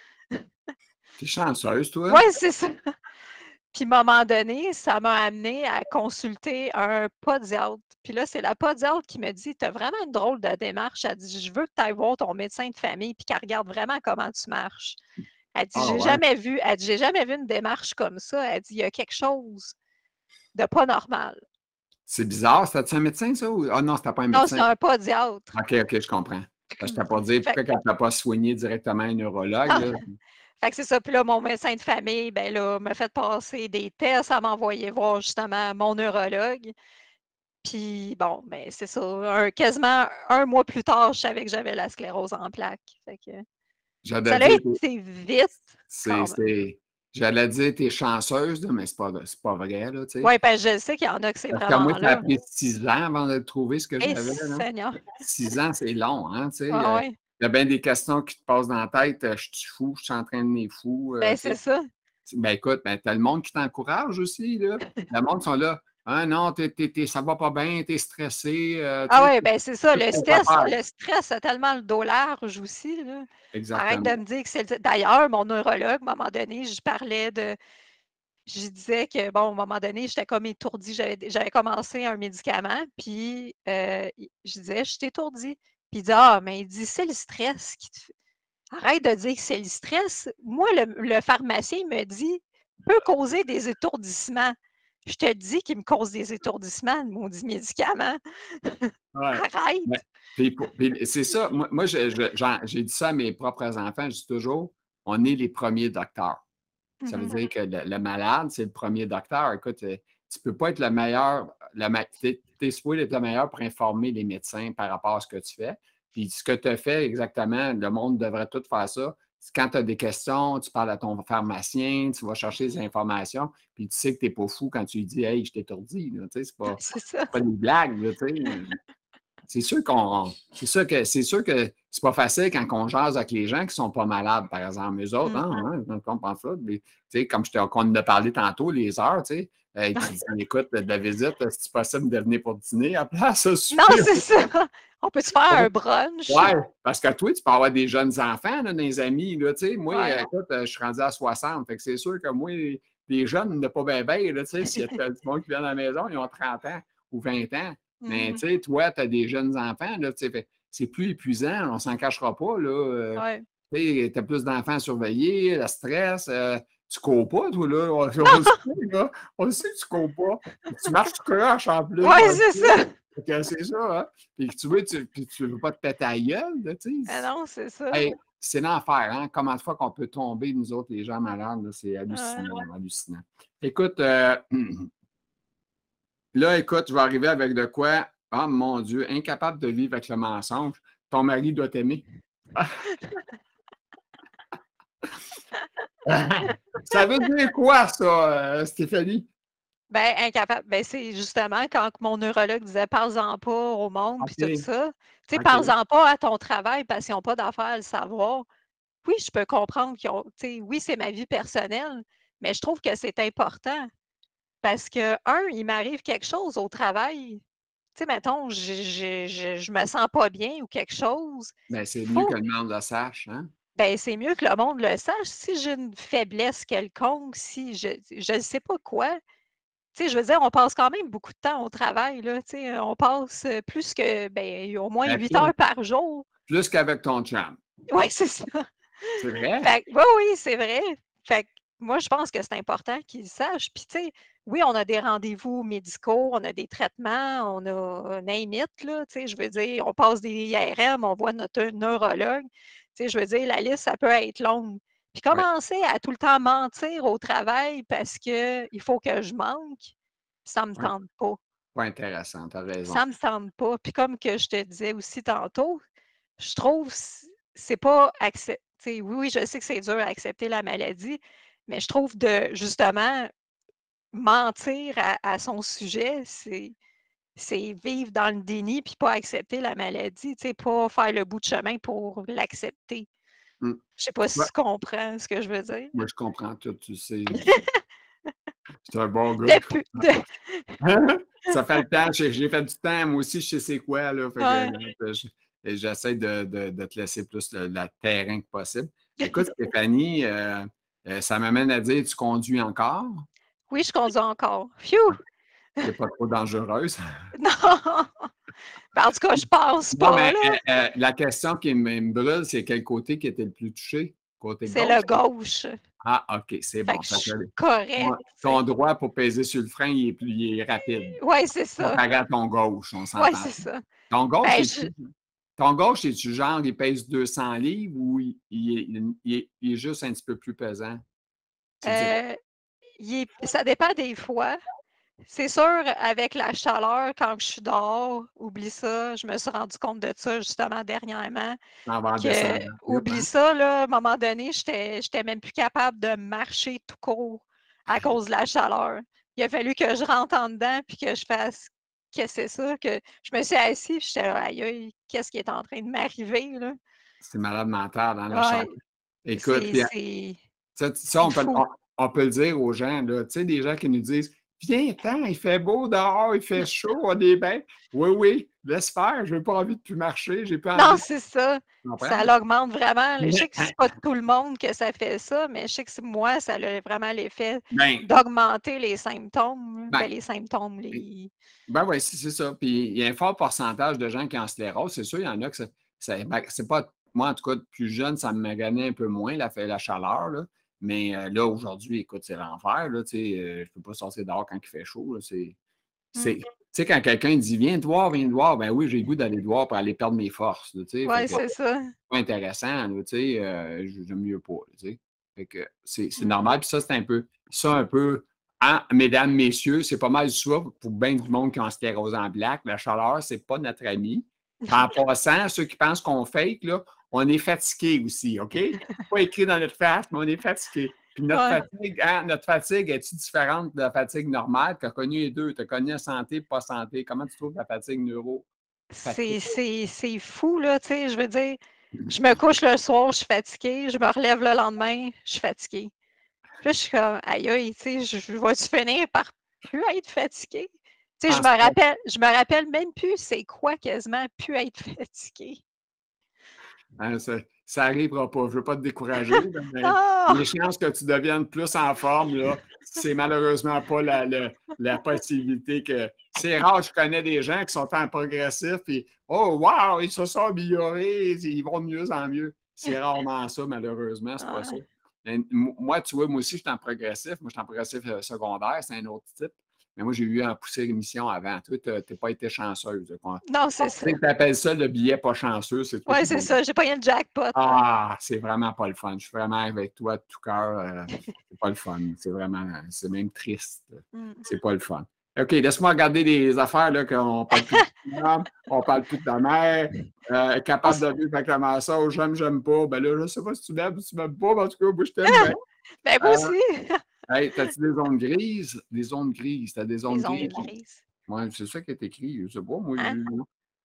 T'es chanceuse, toi? Ouais, c'est ça. Puis à un moment donné, ça m'a amené à consulter un podiatre. Puis là, c'est la podiatre qui me dit: «Tu as vraiment une drôle de démarche». Elle dit: «Je veux que tu ailles voir ton médecin de famille puis qu'elle regarde vraiment comment tu marches». Elle dit: Ah «J'ai ouais. jamais vu», elle dit: «J'ai jamais vu une démarche comme ça». Elle dit: «Il y a quelque chose de pas normal». C'est bizarre. C'était-tu un médecin, ça? Ou... Ah non, c'était pas un Non, c'est médecin. un podiatre. OK, OK, je comprends. Parce que je t'ai pas dit Fait pourquoi elle t'a pas soigné directement un neurologue, là. fait que c'est ça. Puis là, mon médecin de famille, ben là, m'a fait passer des tests, elle m'a envoyé voir justement mon neurologue. Puis bon, ben c'est ça, un quasiment un mois plus tard, je savais que j'avais la sclérose en plaques. Fait que ça J'allais a dire, été vite c'est, quand même. c'est, j'allais dire, t'es chanceuse, là, mais c'est pas, c'est pas vrai, là, tu sais. Oui, ben je sais qu'il y en a que c'est Parce que moi, vraiment ça a là. pris six ans avant de trouver ce que Eh j'avais, là. Seigneur! Six ans, c'est long, hein, tu sais. Ah euh, ouais, Il y a bien des questions qui te passent dans la tête. euh, Je suis fou, je suis en train de nez fou, euh, ben tu sais. c'est ça. Ben écoute, ben, t'as le monde qui t'encourage aussi, là. Le monde sont là. Ah non, t'es, t'es, t'es- ça va pas bien, t'es stressé, euh, tu Ah sais, ouais, ben c'est ça, toutes le tes stress affaires. le stress a tellement le dos large aussi, là. Arrête de Exactement. me dire que c'est le d'ailleurs, mon neurologue, à un moment donné, je parlais de je disais que, bon, à un moment donné, j'étais comme étourdie. J'avais j'avais commencé un médicament, puis euh, il- je disais, je suis étourdie. Puis il dit, ah, mais il dit, c'est le stress qui te fait. Arrête de dire que c'est le stress. Moi, le, le pharmacien me dit, peut causer des étourdissements. Je te dis qu'il me cause des étourdissements, le maudit médicament. Ouais. Mais, Arrête. puis pour- puis c'est ça. Moi, moi, je- je- j'en- j'ai dit ça à mes propres enfants. Je dis toujours, on est les premiers docteurs. Ça veut Mhm. dire que le, le malade, c'est le premier docteur. Écoute, euh, tu peux pas être le meilleur. Le, ma- t'es, t'es supposé être le meilleur pour informer les médecins par rapport à ce que tu fais. Puis ce que tu as fait exactement, le monde devrait tout faire ça. C'est quand tu as des questions, tu parles à ton pharmacien, tu vas chercher des informations, puis tu sais que tu n'es pas fou quand tu lui dis Hey, je t'étourdis. Là. Tu sais, c'est pas, C'est ça. pas des blagues. Là, tu sais. C'est sûr qu'on. C'est sûr que c'est sûr que c'est pas facile quand on jase avec les gens qui sont pas malades, par exemple. Eux autres, Mm. ah, ouais, je comprends ça. Mais, tu sais, comme je te, qu'on en a parlé tantôt, les heures, tu sais, euh, tu dis, écoute, de la visite, c'est possible de venir pour dîner à la place, à Non, souper. c'est ça. On peut-tu faire un brunch? Ouais, parce que toi, tu peux avoir des jeunes enfants, là, des amis, là, tu sais. Moi, Ouais. euh, écoute, euh, je suis rendu à soixante, fait que c'est sûr que moi, les jeunes, il n'y en a pas bien, bien, là, tu sais. S'il y a du monde qui vient à la maison, ils ont trente ans ou vingt ans. Mais, Mhm. tu sais, toi, tu as des jeunes enfants, là, tu sais, fait- c'est plus épuisant, on s'en cachera pas, là. euh, Ouais. tu sais, tu as plus d'enfants à surveiller, le stress, euh, tu cours pas, toi, là. On, on le Non! sait, là. On le sait que tu cours pas. Tu marches, tu croches en plus. Ouais, On le c'est sait. ça. Fait que c'est ça, hein. Puis tu veux, tu, puis tu veux pas te péter la gueule, là, tu Ah sais. non, c'est ça. Hey, c'est l'enfer, hein? Comment de fois qu'on peut tomber, nous autres, les gens malades, là, c'est Ouais. hallucinant, hallucinant. Écoute, euh, là, écoute, je vais arriver avec de quoi? Ah, mon Dieu, incapable de vivre avec le mensonge. Ton mari doit t'aimer. Ça veut dire quoi, ça, euh, Stéphanie? Ben, incapable. Ben, c'est justement quand mon neurologue disait parle-en pas au monde puis tout OK, ça. Tu sais, OK. parle-en pas à ton travail parce qu'ils n'ont pas d'affaires à le savoir. Oui, je peux comprendre qu'ils ont, tu sais, oui, c'est ma vie personnelle, mais je trouve que c'est important parce que, un, il m'arrive quelque chose au travail. Tu sais, mettons, je je je je me sens pas bien ou quelque chose, Ben, c'est mieux que faut le monde le sache, hein? ben, c'est mieux que le monde le sache. Si j'ai une faiblesse quelconque, si je je ne sais pas quoi, tu sais, je veux dire, on passe quand même beaucoup de temps au travail, là, tu sais, on passe, heu, plus que, ben, au moins Ben, huit plus heures par jour. plus qu'avec ton chum. Ouais, c'est ça. C'est vrai? Fait que oui, oui, c'est vrai. Fait que moi, je pense que c'est important qu'ils sachent. Puis, tu sais, oui, on a des rendez-vous médicaux, on a des traitements, on a name it, là, tu sais, je veux dire, on passe des I R M, on voit notre neurologue. Tu sais, je veux dire, la liste, ça peut être longue. Puis Oui, commencer à tout le temps mentir au travail parce qu'il faut que je manque, ça me oui. tente pas. Pas intéressant, tu as raison. Ça me tente pas. Puis comme que je te disais aussi tantôt, je trouve c c'est pas accep tu sais, oui, oui, je sais que c'est dur à accepter la maladie, mais je trouve de justement mentir à à son sujet, c'est c'est vivre dans le déni puis pas accepter la maladie, tu sais, pas faire le bout de chemin pour l'accepter. Mmh. Je sais pas Ouais, si tu comprends ce que je veux dire? moi, je comprends tout, tu sais. C'est un bon gars qui Depuis de comprend. Ça fait le temps, j'ai j'ai fait du temps, moi aussi, je sais c'est quoi, là. Fait que ouais. euh, je- et j'essaie de, de- de te laisser plus le, le terrain que possible. Écoute, Stéphanie, euh, euh, ça m'amène à dire, tu conduis encore? Oui, je conduis encore. Phew! C'est pas trop dangereuse. Non! Ben, en tout cas, je pense Non, pas, mais là. euh, euh, la question qui me, me brûle, c'est quel côté qui était le plus touché? Côté C'est le gauche? gauche. Ah, OK, c'est Fait bon. que je Fait suis que correcte, ton tu ton sais. droit pour peser sur le frein, il est, plus, il est rapide. Ouais, c'est ça. Comparé à ton gauche, on Ouais, s'entend. c'est ça. Ton gauche, Ben, est je ton gauche, es-tu genre, il pèse deux cents livres ou il, il est, il est- il est juste un petit peu plus pesant? Tu dirais? heu, il est ça dépend des fois. C'est sûr, avec la chaleur, quand je suis dehors, oublie ça. Je me suis rendu compte de ça, justement, dernièrement, En va en que descendant. Yep, oublie hein? ça, là, à un moment donné, j'étais j'étais même plus capable de marcher tout court à cause de la chaleur. Il a fallu que je rentre en dedans puis que je fasse: «Qu'est-ce que c'est ça?» que je me suis assise puis j'étais là: «Aïe aïe, qu'est-ce qui est en train de m'arriver, là?» C'est malade mental dans la chambre. Ouais, Écoute, c'est puis, c'est ça, ça, c'est on peut, fou. on, on peut le dire aux gens, là. Tu sais, des gens qui nous disent, viens, attends, il fait beau dehors, il fait chaud, on est bien. Oui, oui, laisse faire, je n'ai pas envie de plus marcher, j'ai pas Non, envie de. c'est ça. Tu comprends? Ça l'augmente vraiment. Je sais que c'est pas tout le monde que ça fait ça, mais je sais que c'est moi, ça a vraiment l'effet Ben, d'augmenter les symptômes, ben, ben, les symptômes, les Ben oui, c'est c'est ça. Puis il y a un fort pourcentage de gens qui ont en sclérose. C'est sûr, il y en a que ça, ça- ben, c'est pas. Moi, en tout cas, plus jeune, ça me maganait un peu moins la, la chaleur. Là. Mais euh, là, aujourd'hui, écoute, c'est l'enfer. Là, tu sais, euh, je peux pas sortir dehors quand il fait chaud. Là, c'est, mmh. c'est, tu sais, quand quelqu'un dit viens te voir, viens te voir, ben oui, j'ai le goût d'aller te voir pour aller perdre mes forces. Là, tu sais, fait Ouais, que c'est ça. pas intéressant, là, tu sais, euh, j'aime mieux pas, tu sais. Fait que c'est c'est Mmh. normal. Puis ça, c'est un peu, ça un peu, hein, mesdames, messieurs, c'est pas mal ça pour bien du monde qui ont sclérose en plaques. La chaleur, c'est pas notre ami. Puis en passant, ceux qui pensent qu'on fake, là, on est fatigué aussi, OK? Pas écrit dans notre face, mais on est fatigué. Puis notre Ouais. fatigue, hein, notre fatigue, est-tu différente de la fatigue normale? Tu as connu les deux. Tu as connu la santé, pas santé. Comment tu trouves la fatigue neuro? Fatigue. C'est c'est c'est fou, là, tu sais, je veux dire, je me couche le soir, je suis fatiguée, je me relève le lendemain, je suis fatiguée. Puis là, je suis comme: «Aïe aïe, tu sais, je je vais-tu finir par plus être fatiguée?» Tu sais, je me Pense pas. rappelle je me rappelle même plus c'est quoi quasiment plus être fatiguée. Hein, ça, ça arrivera pas. Je ne veux pas te décourager, là, mais Non! les chances que tu deviennes plus en forme, là, c'est malheureusement pas la, la, la possibilité que. C'est rare, je connais des gens qui sont en progressif et oh wow, ils se sont améliorés, ils vont de mieux en mieux. C'est rarement ça, malheureusement, c'est pas ça. Ouais. Mais moi, tu vois, moi aussi, je suis en progressif. Moi, je suis en progressif euh, secondaire, c'est un autre type. Mais moi, j'ai eu un poussé rémission avant. Toi, tu n'as pas été chanceuse. Non, c'est Tu ça. appelles ça le billet pas chanceux, c'est toi Ouais, qui c'est vas. ça, j'ai pogné le jackpot, là. Ah, c'est vraiment pas le fun. Je suis vraiment avec toi de tout cœur. euh, c'est pas le fun. C'est vraiment, c'est même triste. Mmh. C'est pas le fun. OK, laisse-moi regarder des affaires là, qu'on parle plus de femme, on parle plus de ta mère, euh, On capable s de vivre avec la massage, j'aime, j'aime pas. Ben là, je sais pas si tu m'aimes ou si tu m'aimes pas, mais en tout cas, moi, je t'aime bien. ben, moi Euh, aussi! hey, t'as-tu des zones grises? Des zones grises. T'as des Les zones grises? ondes grises. Ouais, c'est ça qui est écrit. Je sais pas, moi, Hein? je-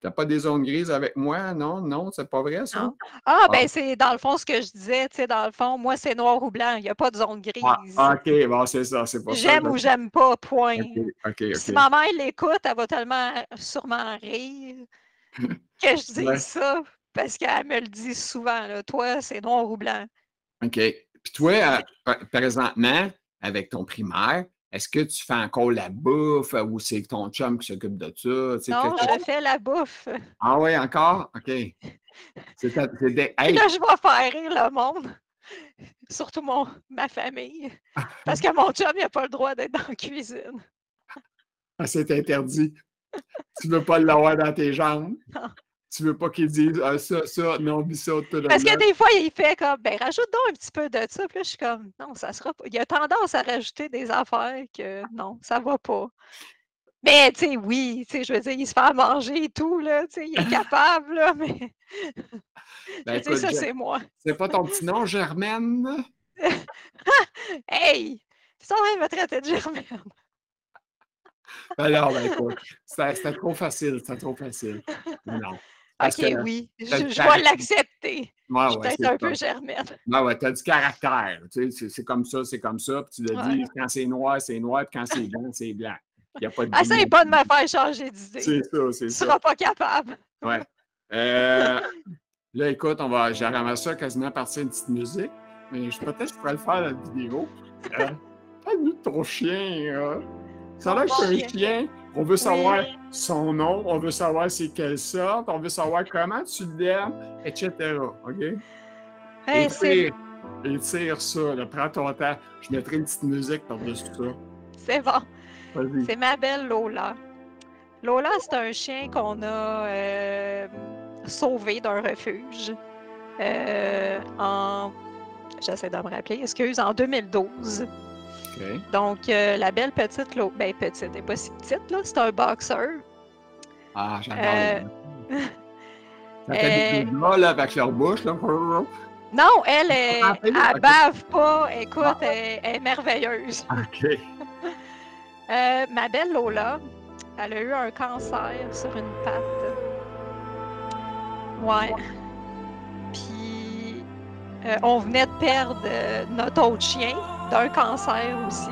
T'as pas des zones grises avec moi? Non, non, c'est pas vrai, ça? Non. Ah, Ah, ben c'est dans le fond ce que je disais, tu sais, dans le fond, moi, c'est noir ou blanc, il y a pas de zone ah, grise. OK, bon, c'est ça, c'est pas ça. J'aime ou j'aime pas, point. OK, OK, Puis si OK. ma mère l'écoute, elle va tellement sûrement rire que je dise Ouais, ça parce qu'elle me le dit souvent, là: «Toi, c'est noir ou blanc». OK. Puis toi, Puis euh, c'est pr- présentement, avec ton primaire, est-ce que tu fais encore la bouffe euh, ou c'est ton chum qui s'occupe de ça? Tu sais, non, qu'est-ce que je tu- fais la bouffe. Ah oui, encore? OK. C'est ta- c'est des- Puis Hey! là, je vais faire rire le monde, surtout mon ma famille, parce que mon chum, il a pas le droit d'être dans la cuisine. Ah, c'est interdit. Tu veux pas l'avoir dans tes jambes. Tu veux pas qu'il dise ah, ça, ça, non, oublie ça, tout de Parce que là. des fois, il fait comme: «Ben, rajoute donc un petit peu de ça». Puis là, je suis comme: «Non, ça sera pas». Il a tendance à rajouter des affaires que non, ça va pas. Mais tu sais, oui, tu sais, je veux dire, il se fait à manger et tout, là, tu sais, il est capable, là, mais je Ben veux dire, écoute, ça, Ger- c'est moi. c'est pas ton petit nom, Germaine? Hey! Tu es en train de me traiter de Germaine. Ben non, ben écoute, c'était c'était trop facile, c'était trop facile. Non, non. Parce que OK, oui, t'as je du je vais caractère. l'accepter. Ouais, Je suis ouais, peut-être c'est un ça. peu Germaine. Ouais, ouais, t'as du caractère. Tu sais, c'est c'est comme ça, c'est comme ça. Puis tu le Ouais. dis, quand c'est noir, c'est noir, puis quand c'est blanc, c'est blanc. Il n'y a pas de Essaye gris. pas de me faire changer d'idée. C'est ça, c'est Tu ça. seras pas capable. Ouais. Euh, Là, écoute, on va, j'aimerais ça quasiment partir une petite musique, mais je, peut-être que je pourrais le faire dans la vidéo. Euh, Parle-nous de ton chien. Hein. Ça a Mon l'air que c'est un chien. chien. On veut Oui. savoir son nom, on veut savoir c'est quelle sorte, on veut savoir comment tu l'aimes, et cetera. OK? Hey, c'est Étire, étire ça, là, prends ton temps. Je mettrai une petite musique par-dessus ça. c'est bon. Vas-y. C'est ma belle Lola. Lola, c'est un chien qu'on a euh, sauvé d'un refuge euh, en, j'essaie de me rappeler, excuse, en deux mille douze. OK. Donc, euh, la belle petite Lola, ben petite, elle n'est pas si petite, là, c'est un boxer. Ah, j'adore les Euh, gars. Ça fait des elle- dégâts, là, avec leur bouche, là. non, elle, est, elle OK. bave pas, écoute, Ah, elle, elle est merveilleuse. OK. Euh, ma belle Lola, elle a eu un cancer sur une patte. Ouais. Puis, euh, on venait de perdre euh, notre autre chien d'un cancer aussi.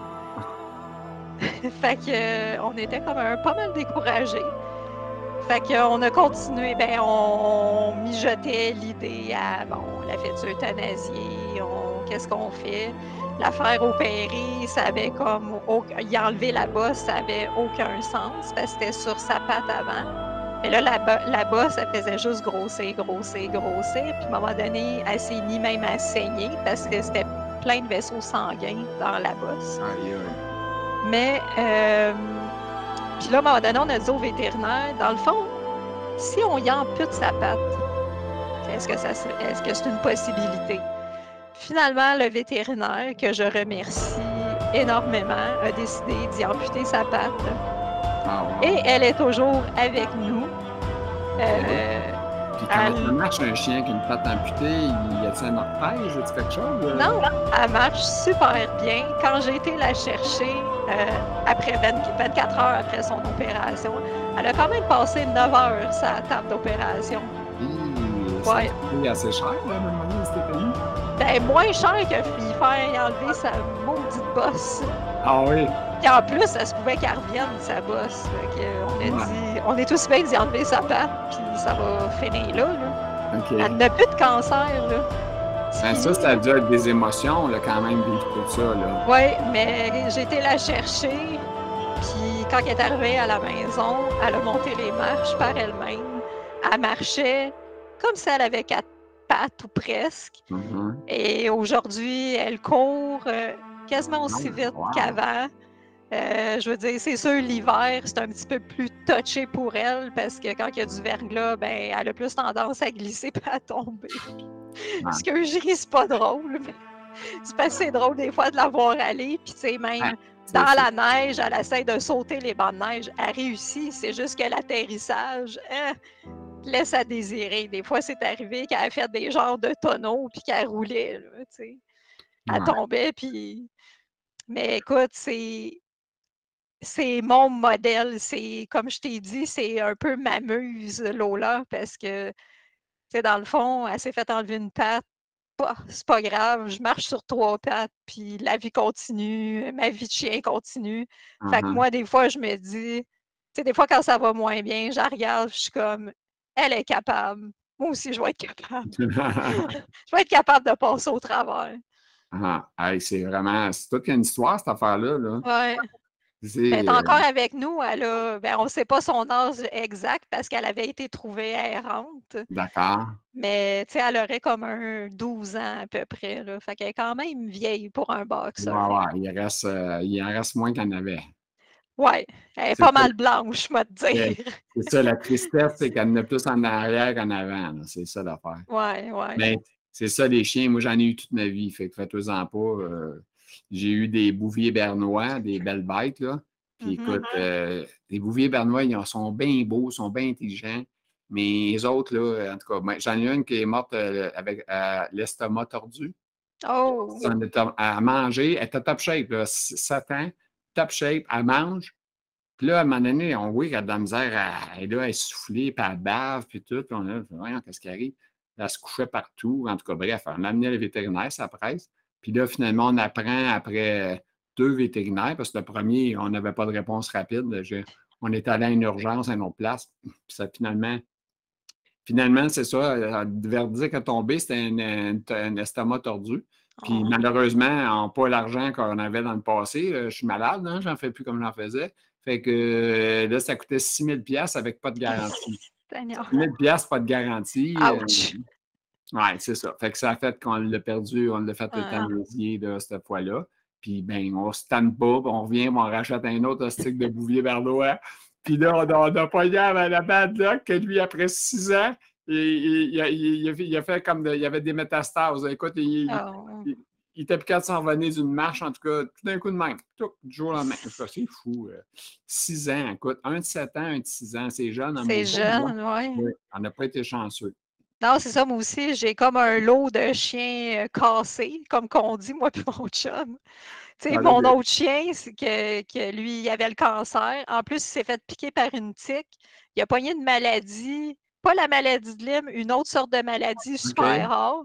Fait que, euh, on était comme un, pas mal découragés. Fait qu'on a continué, ben, on, on mijotait l'idée à, bon, on l'a fait euthanasier, on, qu'est-ce qu'on fait? La faire opérer, ça avait comme, au- y enlever la bosse, ça avait aucun sens, parce que c'était sur sa patte avant. Mais là, la, bo- la bosse, elle faisait juste grossir, grossir, grossir. Puis à un moment donné, elle s'est mise même à saigner parce que c'était plein de vaisseaux sanguins dans la bosse. Aïe, aïe. Mais, euh, puis là, à un moment donné, on a dit au vétérinaire, dans le fond, si on y ampute sa patte, est-ce que ça serait- est-ce que c'est une possibilité? Finalement, le vétérinaire, que je remercie énormément, a décidé d'y amputer sa patte. Ah, wow. Et elle est toujours avec nous. OK. Euh, Puis comment ça elle- marche un chien qui a une patte amputée? Y a-t-il un orthèse? Y a-t-il quelque chose? euh? Non, elle marche super bien. Quand j'ai été la chercher, euh, après vingt vingt-quatre heures après son opération, elle a quand même passé neuf heures sa table d'opération. Hi, ça Ouais. a coûté assez cher, là, à un moment donné, c'était payé. Ben, moins cher que lui faire enlever sa maudite bosse. Ah oui. Puis en plus, ça se pouvait qu'elle revienne, sa bosse. Fait que on a Ouais. dit, on est tous bien d'y enlever sa patte, puis ça va finir là, là. OK. Elle n'a plus de cancer, là. C'est Ben, ça, fini, ça a là. dû être des émotions, là, quand même, vivre tout ça, là. Oui, mais j'ai été la chercher, puis quand elle est arrivée à la maison, elle a monté les marches par elle-même. Elle marchait comme si elle avait quatre pattes ou presque. Mhm. Et aujourd'hui, elle court euh, quasiment aussi Ah, vite wow. qu'avant. Euh, je veux dire, c'est sûr, l'hiver, c'est un petit peu plus touché pour elle parce que quand il y a du verglas, ben, elle a plus tendance à glisser et à tomber. Ouais. Ce que je ris, c'est pas drôle, mais c'est pas assez drôle des fois de la voir aller. Puis, tu sais, même Ouais, c'est dans ça. la neige, elle essaie de sauter les bancs de neige. Elle réussit. C'est juste que l'atterrissage hein, laisse à désirer. Des fois, c'est arrivé qu'elle a fait des genres de tonneaux puis qu'elle roulait. Là, tu sais. Elle Ouais. tombait. Puis... Mais écoute, c'est c'est mon modèle. C'est comme je t'ai dit, c'est un peu ma muse, Lola, parce que, tu sais, dans le fond, elle s'est fait enlever une patte. Bah, c'est pas grave, je marche sur trois pattes, puis la vie continue, ma vie de chien continue. Fait que Uh-huh. moi, des fois, je me dis, tu sais, des fois, quand ça va moins bien, je la regarde, je suis comme, elle est capable. Moi aussi, je vais être capable. Je vais être capable de passer au travers. Ah, hey, c'est vraiment, c'est toute une histoire, cette affaire-là, là. Ouais. Elle est C'est, euh, encore avec nous. Elle a, ben, on ne sait pas son âge exact parce qu'elle avait été trouvée errante. d'accord. Mais tu sais, elle aurait comme un douze ans à peu près. Là. Fait qu'elle est quand même vieille pour un Ouais, boxer. ouais, il reste, euh, il en reste moins qu'il y en avait. Ouais, elle est C'est pas ça, mal blanche, je vais te ouais, dire. c'est ça, la tristesse, c'est qu'elle en a plus en arrière qu'en avant, là. C'est ça l'affaire. Ouais, ouais. Mais c'est ça, les chiens. Moi, j'en ai eu toute ma vie. Fait que faites-en pas. euh, j'ai eu des bouviers bernois, des belles bêtes, là. Puis Mhm. écoute, euh, les bouviers bernois, ils sont bien beaux, ils sont bien intelligents. Mais les autres, là, en tout cas, ben, j'en ai une qui est morte euh, avec euh, l'estomac tordu. Oh, On est à à manger. Elle était top shape, là, sept ans, top shape, elle mange. Puis là, à un moment donné, on voit qu'elle a de la misère, à- elle est là, elle est soufflée, puis elle bave, puis tout. Puis on a dit, voyons, qu'est-ce qui arrive? Elle se couchait partout. En tout cas, bref, on a amené le vétérinaire, ça presse. Puis là, finalement, on apprend après deux vétérinaires, parce que le premier, on n'avait pas de réponse rapide. Je- on est allé à une urgence à une autre place. Puis ça, finalement, finalement, c'est ça, le verdict a tombé, c'était un, un- un estomac tordu. Puis oh. malheureusement, on n'a pas l'argent qu'on avait dans le passé. Euh, Je suis malade, hein, j'en fais plus comme j'en faisais. Fait que euh, là, ça coûtait six mille avec pas de Eh, garantie. Seigneur. six mille pas de garantie. euh, Ouch. ouais, c'est ça. Fait que ça a fait qu'on l'a perdu, on l'a fait Ah, euthanasier là, cette fois-là. Puis ben, on se tanne pas, puis on revient, puis on rachète un autre stick de Bouvier bernois. Puis là, on a, on a pogné à la bad luck que lui, après six ans, il, il- il a, il a fait, il a fait comme de- il y avait des métastases. Écoute, il, il, oh. il- il était plus capable de s'en revenir d'une marche, en tout cas, tout d'un coup de même. Tout, du jour au lendemain. En tout cas, c'est fou. euh. Six ans, écoute, un de sept ans, un de six ans, c'est jeune, hein, C'est mais bon, moi, jeune, ouais. oui, on n'a pas été chanceux. Non, c'est ça, moi aussi, j'ai comme un lot de chiens euh, cassés, comme qu'on dit, moi puis mon chum. Tu sais, Ça, là, mon autre chien, c'est que, que lui, il avait le cancer. En plus, il s'est fait piquer par une tique. Il a pogné une maladie, pas la maladie de Lyme, une autre sorte de maladie OK. super rare.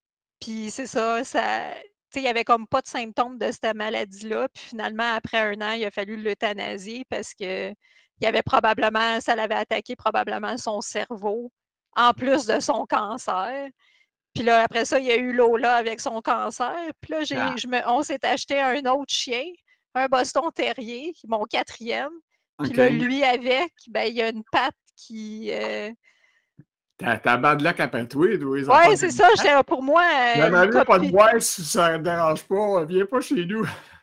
Puis c'est ça, ça, tu sais, il n'y avait comme pas de symptômes de cette maladie-là. Puis finalement, après un an, il a fallu l'euthanasier parce que il y avait probablement, ça l'avait attaqué probablement son cerveau, en plus de son cancer. Puis là, après ça, il y a eu Lola avec son cancer. Puis là, j'ai, Ah, je me, on s'est acheté un autre chien, un Boston Terrier, mon quatrième. Puis là, OK. lui avec, ben, il y a une patte qui. euh, T'as ta bad luck après toi, toi, les enfants Ouais, de c'est ça. j'étais- Pour moi, euh, une j'aimerais mieux pas te copie. voir si ça ne dérange pas. Viens pas chez nous.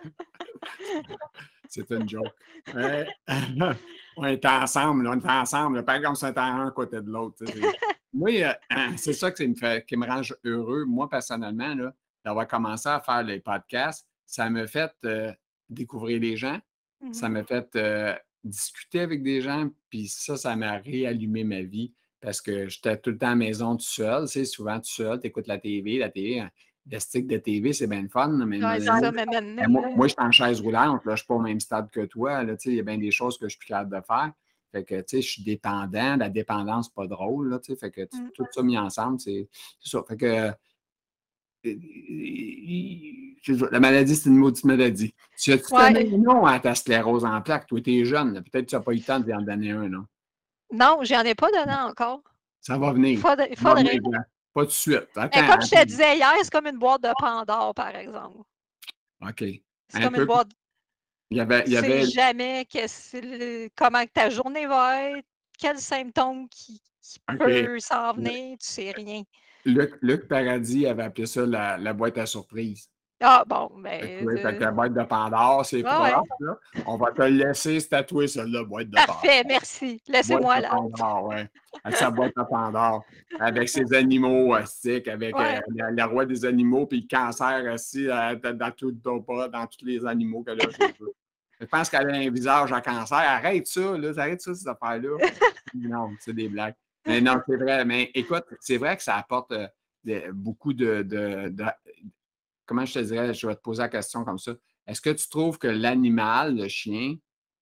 C'est une joke. Ouais. On est ensemble, là, on est ensemble. Pas comme ça, on est un à côté de l'autre. Tu sais. Moi, euh, c'est ça qui me fait, qui me rend heureux, moi, personnellement, là, d'avoir commencé à faire les podcasts. Ça me fait euh, découvrir les gens. Ça Mhm. m'a fait euh, discuter avec des gens. Puis ça, ça m'a réallumé ma vie parce que j'étais tout le temps à la maison tout seul. Tu sais, souvent tout seul, tu écoutes la T V. La T V, hein, le stick de T V, c'est bien le fun, mais à un Ouais, moment c'est donné, ça, mais ben, maintenant, moi, là. moi, je suis en chaise roulante, là, je ne suis pas au même stade que toi. Là, tu sais, il y a bien des choses que je suis plus capable de faire. Fait que, tu sais, je suis dépendant. La dépendance, pas drôle. Là, tu sais, fait que t- Mm. tout ça mis ensemble, c'est c'est ça. Fait que euh, c'est ça, la maladie, c'est une maudite maladie. Tu as-tu donné Ouais. un nom à ta sclérose en plaques? Toi, tu es jeune. là. Peut-être que tu n'as pas eu le temps d'y en donner un, non? Non, j'en ai pas donné encore. Ça va venir. Faudrait, Ça va faudrait. venir, gars. Pas tout de suite. Mais Attends, comme je te attends. disais hier, c'est comme une boîte de Pandore, par exemple. OK. C'est Un comme une peu. boîte. Il y avait, Tu il y sais avait jamais que c'est le- comment que ta journée va être, quels symptômes qui, qui OK. peut s'en venir, tu sais rien. Luc, Luc Paradis avait appelé ça la, la boîte à surprise. Ah bon, Fait que, ben. oui, fait euh, que la boîte de Pandore, c'est ah ouais. propre, là. On va te laisser se tatouer celle-là, boîte de Pandore. Parfait, merci. Boîte Laissez-moi de là. Pandore, ouais. Avec sa boîte de Pandore. Avec ses animaux stick, avec euh, Ouais. la, la roi des animaux, puis le cancer aussi euh, dans, dans tout le pas, dans tous les animaux qu'elle a chez eux. Je pense qu'elle a un visage à cancer. Arrête ça, là. Arrête ça, ces affaires-là. Non, c'est des blagues. Mais non, c'est vrai. Mais écoute, c'est vrai que ça apporte euh, de- beaucoup de, de, de- comment je te dirais, je vais te poser la question comme ça. Est-ce que tu trouves que l'animal, le chien,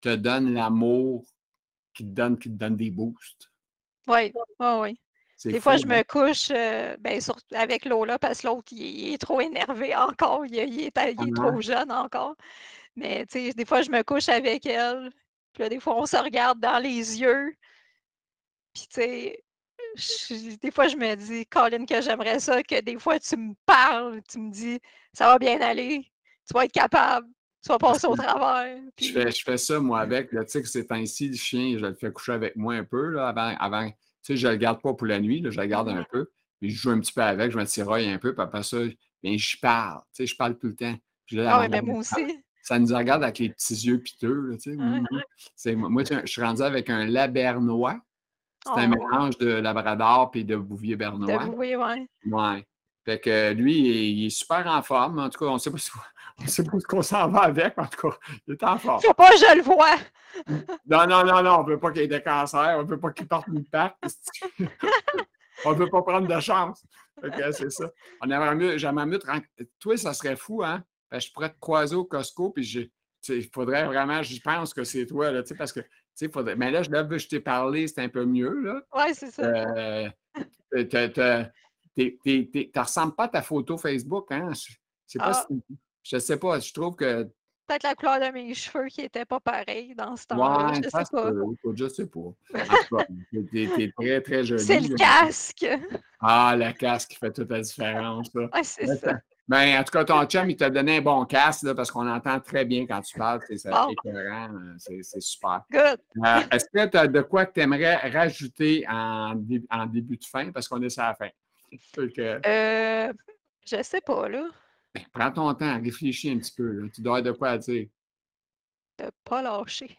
te donne l'amour qui te donne, qui te donne des boosts. Oui, oui, oui. C'est Des fois, je fou, hein? me couche euh, ben, sur- avec Lola parce que l'autre, il, il est trop énervé encore. Il, il est, à- il est Ah, trop jeune encore. Mais tu sais, des fois, je me couche avec elle. Puis là, des fois, on se regarde dans les yeux. Puis tu sais, je- des fois, je me dis, Colin, que j'aimerais ça, que des fois, tu me parles, tu me dis, ça va bien aller, tu vas être capable, tu vas parce passer que au travers. je fais, Puis, je fais ça, moi, avec. Là, tu sais que ces temps-ci, le chien, je le fais coucher avec moi un peu, là, avant, avant. Tu sais, je le garde pas pour la nuit, là, je le garde mhm. un peu. Puis je joue un petit peu avec, je me tiraille un peu, puis après ça, bien, je parle. Tu sais, je parle tout le temps. Puis là, elle Ah me oui, mais regarde, moi aussi. ça nous regarde avec les petits yeux piteux, là, tu sais. Ouais. Mhm. C'est, moi, je suis rendu avec un labernois. C'est un Oh, mélange de labrador et de bouvier de bernois. oui, ouais. Ouais. Fait que lui, il est, il est super en forme. En tout cas, on ne sait pas, si- on sait pas ce qu'on s'en va avec. En tout cas, il est en forme. Faut pas que je le vois. Non, non, non, non, on ne veut pas qu'il y ait des cancers. On ne veut pas qu'il parte nulle part. On ne veut pas prendre de chance. Fait que c'est ça. On aimerait mieux, j'aimerais mieux te rencontrer. Toi, ça serait fou, hein? Fait que je pourrais te croiser au Costco, puis j'ai- tu sais, il faudrait vraiment, je pense que c'est toi, là, tu sais, parce que, tu sais, faudrait... Mais là, je, là, je t'ai parlé, c'est un peu mieux, là. Ouais, c'est ça. Euh, t'as- t'as- t'es- t'es- t'es- t'as ressembles pas à ta photo Facebook, hein? Je sais pas si, Ah, je sais pas, je trouve que, peut-être la couleur de mes cheveux qui était pas pareille dans ce temps-là, ouais, je ça sais se pas. peut, écoute, je sais pas. En tout cas, t'es, t'es très, très C'est le jolie, là. casque. Ah, le casque qui fait toute la différence, là. Ouais, c'est Ben, ça. ça- ben, en tout cas, ton chum, il t'a donné un bon casque, là, parce qu'on entend très bien quand tu parles, c'est ça, Bon, écœurant, euh, c'est c'est super. good. Euh, est-ce que tu as de quoi que tu aimerais rajouter en, dé- en début de fin, parce qu'on est sur la fin? Fait que, Euh, je sais pas, là. ben, prends ton temps, réfléchis un petit peu, là. Tu dois avoir de quoi dire. De pas lâcher.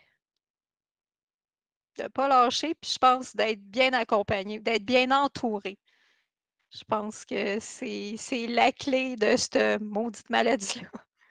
De pas lâcher, puis je pense d'être bien accompagné, d'être bien entouré. Je pense que c'est c'est la clé de cette maudite maladie-là.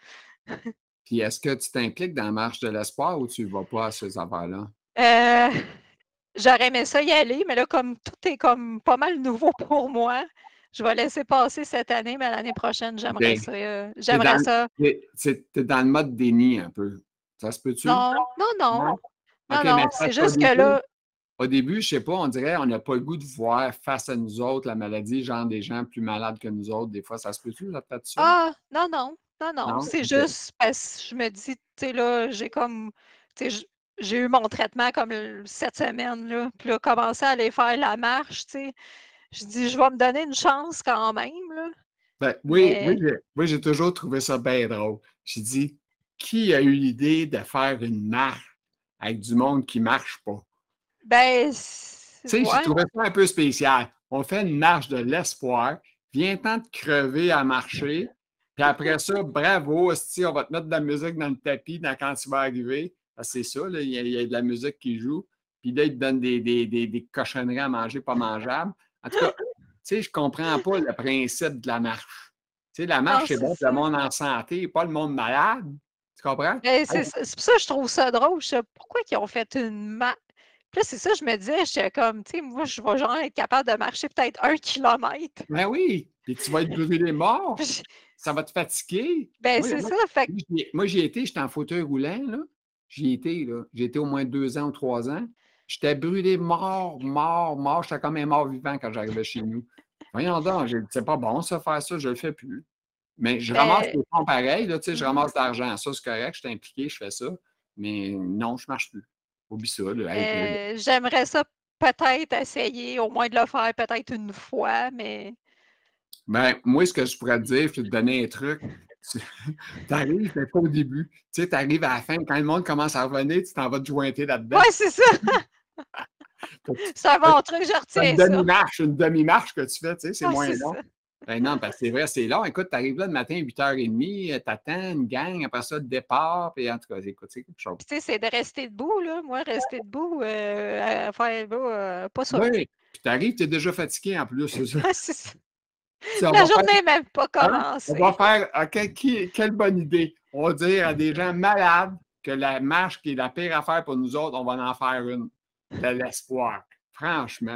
Puis est-ce que tu t'impliques dans la marche de l'espoir ou tu ne vas pas à ces affaires-là? Euh, j'aurais aimé ça y aller, mais là, comme tout est comme pas mal nouveau pour moi, je vais laisser passer cette année, mais l'année prochaine, j'aimerais OK. ça. euh, T'es j'aimerais dans, ça. t'es, t'es- t'es dans le mode déni un peu. Ça se peut-tu? Non, non, non, Non? non, OK, mais non. parce C'est qu'au juste que début, là, au début, je sais pas, on dirait on n'a pas le goût de voir face à nous autres la maladie, genre des gens plus malades que nous autres. Des fois, ça se peut-tu, ça te fait ça? ah, non, non, non, non. Non? C'est OK. juste parce que je me dis, tu sais, là, j'ai comme, tu sais, j- j'ai eu mon traitement comme le- cette semaine, là, puis là, commencer à aller faire la marche, tu sais. Je dis, je vais me donner une chance quand même, là. Ben, oui, oui, Mais, j'ai oui, j'ai toujours trouvé ça bien drôle. J'ai dit, qui a eu l'idée de faire une marche avec du monde qui ne marche pas? ben, c'est- Tu sais, j'ai ouais. trouvé ça un peu spécial. On fait une marche de l'espoir, vient temps de crever à marcher, puis après ça, bravo, hostie, on va te mettre de la musique dans le tapis dans- quand tu vas arriver. Ah, c'est ça, là, il y, a, il y a de la musique qui joue. Puis là, ils te donnent des, des, des, des cochonneries à manger pas mangeables. En tout cas, tu sais, je comprends pas le principe de la marche. Tu sais, la Non, marche, c'est c'est bon pour le ça. monde en santé, pas le monde malade. Tu comprends? Ben, Hey, c'est ça- c'est pour ça que je trouve ça drôle. Je sais pourquoi ils ont fait une marche. Puis là, c'est ça, je me disais, j'étais comme, tu sais, moi, je vais genre être capable de marcher peut-être un kilomètre. ben oui, puis tu vas être brûlé mort. Puis, Ça va te fatiguer. ben, Moi, c'est moi, ça. Fait que, j'y ai moi, j'y ai été, j'étais en fauteuil roulant, là. J'y ai été, là. J'ai été au moins deux ans ou trois ans. J'étais brûlé mort, mort, mort. J'étais comme un mort vivant quand j'arrivais chez nous. Voyons donc, j'ai dit, c'est pas bon, ça, faire ça, je le fais plus. Mais je ramasse ben, des fonds pareils, là, tu sais, je mhm. ramasse de l'argent. Ça, c'est correct, je suis impliqué, je fais ça. Mais non, je marche plus. Oublie ça, là. Hey, puis- Euh, j'aimerais ça peut-être essayer, au moins de le faire peut-être une fois, mais ben, moi, ce que je pourrais te dire, je vais te donner un truc. Tu arrives, mais pas au début. Tu sais, tu arrives à la fin, quand le monde commence à revenir, tu t'en vas te jointer là-dedans. ouais, c'est ça. C'est un bon truc, je C'est une retiens ça. demi-marche, une demi-marche que tu fais, tu sais, c'est Ouais, moins c'est long. ça. Ben non, parce que c'est vrai, c'est long. Écoute, tu arrives là le matin à huit heures trente, t'attends une gang, après ça, le départ, puis en tout cas, écoute, c'est quelque chose. Puis, tu sais, c'est de rester debout, là. Moi, rester debout, euh, à faire, là, euh, pas ça. Oui, puis tu arrives, tu es déjà fatigué en plus, c'est ça. Ouais, c'est ça. Tu sais, on La va faire, journée n'est même pas hein? On va commencée. faire, OK, qui- quelle bonne idée. On va dire à des gens malades que la marche qui est la pire affaire pour nous autres, on va en faire une. De l'espoir. Franchement.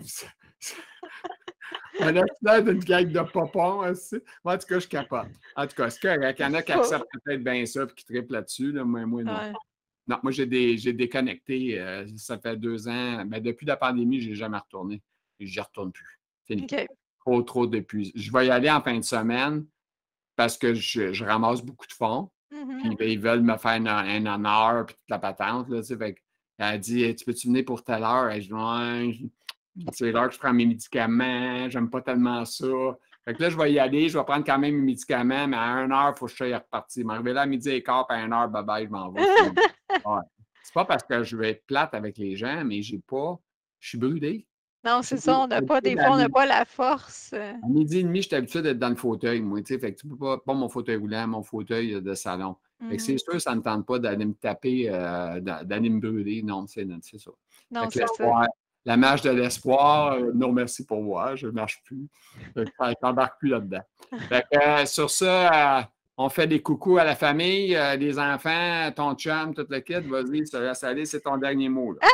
On a l'air d'une gang de popons aussi. Moi, en tout cas, je capote. En tout cas, c'est correct. Il y en a qui Faut- acceptent peut-être bien ça et qui trippent là-dessus. Là, mais moi, non. Ouais. Non, moi, j'ai des, j'ai déconnecté. Euh, ça fait deux ans. Mais depuis la pandémie, je n'ai jamais retourné. Et j'y retourne plus. Fini. OK. Trop, trop depuis. Je vais y aller en fin de semaine parce que je, je ramasse beaucoup de fonds. Mhm. Puis ben, ils veulent me faire un, un honneur, puis toute la patente. Là, tu sais, fait que, elle a dit, hey, tu peux-tu venir pour telle heure? Et je dis, ouais, c'est l'heure que je prends mes médicaments, j'aime pas tellement ça. Fait que là, je vais y aller, je vais prendre quand même mes médicaments, mais à une heure, il faut que je sois reparti. M'arriver là à midi et quart, puis à une heure, bye bye, je m'en vais. Ouais. C'est pas parce que je vais être plate avec les gens, mais j'ai pas. Je suis brûlé. Non, Je suis c'est ça, on n'a pas, habitué des à fois, on n'a midi, pas la force. euh. à midi et demi, je suis habitué d'être dans le fauteuil, moi, tu sais. Fait que tu peux pas, pas mon fauteuil roulant, mon fauteuil euh, de salon. Fait que c'est Mhm. sûr, ça ne me tente pas d'aller me taper, euh, d'a- d'aller me brûler. Non, c'est c'est ça. Fait Non, que là, c'est ça. ouais, la marche de l'espoir, euh, non merci pour moi, je ne marche plus. Fait que je n'embarque plus là-dedans. Fait que, euh, sur ça, euh, on fait des coucous à la famille, euh, les enfants, ton chum, toute le kit. Vas-y, ça laisse aller, c'est ton dernier mot. Là.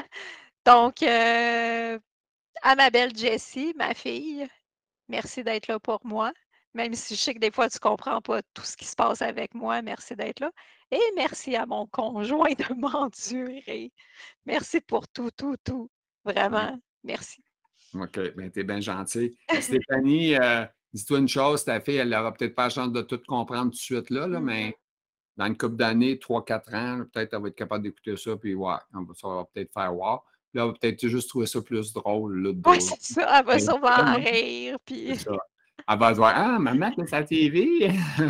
Donc, euh, à ma belle Jessie, ma fille, merci d'être là pour moi. Même si je sais que des fois, tu ne comprends pas tout ce qui se passe avec moi, merci d'être là. Et merci à mon conjoint de m'endurer. Merci pour tout, tout, tout. Vraiment, merci. OK, bien, t'es bien gentil. Stéphanie, euh, dis-toi une chose, ta fille, elle n'aura peut-être pas la chance de tout comprendre tout de suite là, là, Mhm. mais dans une couple d'années, trois, quatre ans, là, peut-être elle va être capable d'écouter ça, puis ouais, on va, ça va peut-être faire voir. Puis là, elle va peut-être juste trouver ça plus drôle, là, Oui, de, c'est ça. Elle va ben, sûrement vraiment, rire. c'est Puis... ça. Elle va se voir, ah, maman, t'es sur la T V.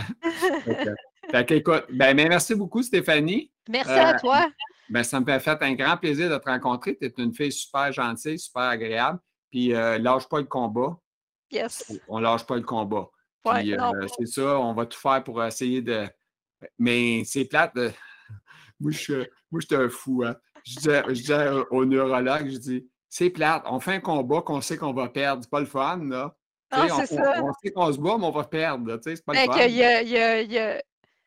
Fait que, fait que, écoute, ben, ben, merci beaucoup, Stéphanie. Merci Euh, à toi. ben, ça me fait fait un grand plaisir de te rencontrer. Tu es une fille super gentille, super agréable. Puis, euh, lâche pas le combat. Yes. On lâche pas le combat. Ouais, Puis, euh, non. c'est ça, on va tout faire pour essayer de. Mais c'est plate. de- Moi, je, suis- moi, je suis un fou. Hein? Je disais, je disais au neurologue, je dis, c'est plate. On fait un combat qu'on sait qu'on va perdre. C'est pas le fun, là. Tu Non, sais, on, c'est ça. on sait qu'on se bat, mais on va perdre. là. Tu sais, c'est pas le Mais fun. qu'il y a, il y a- il y a-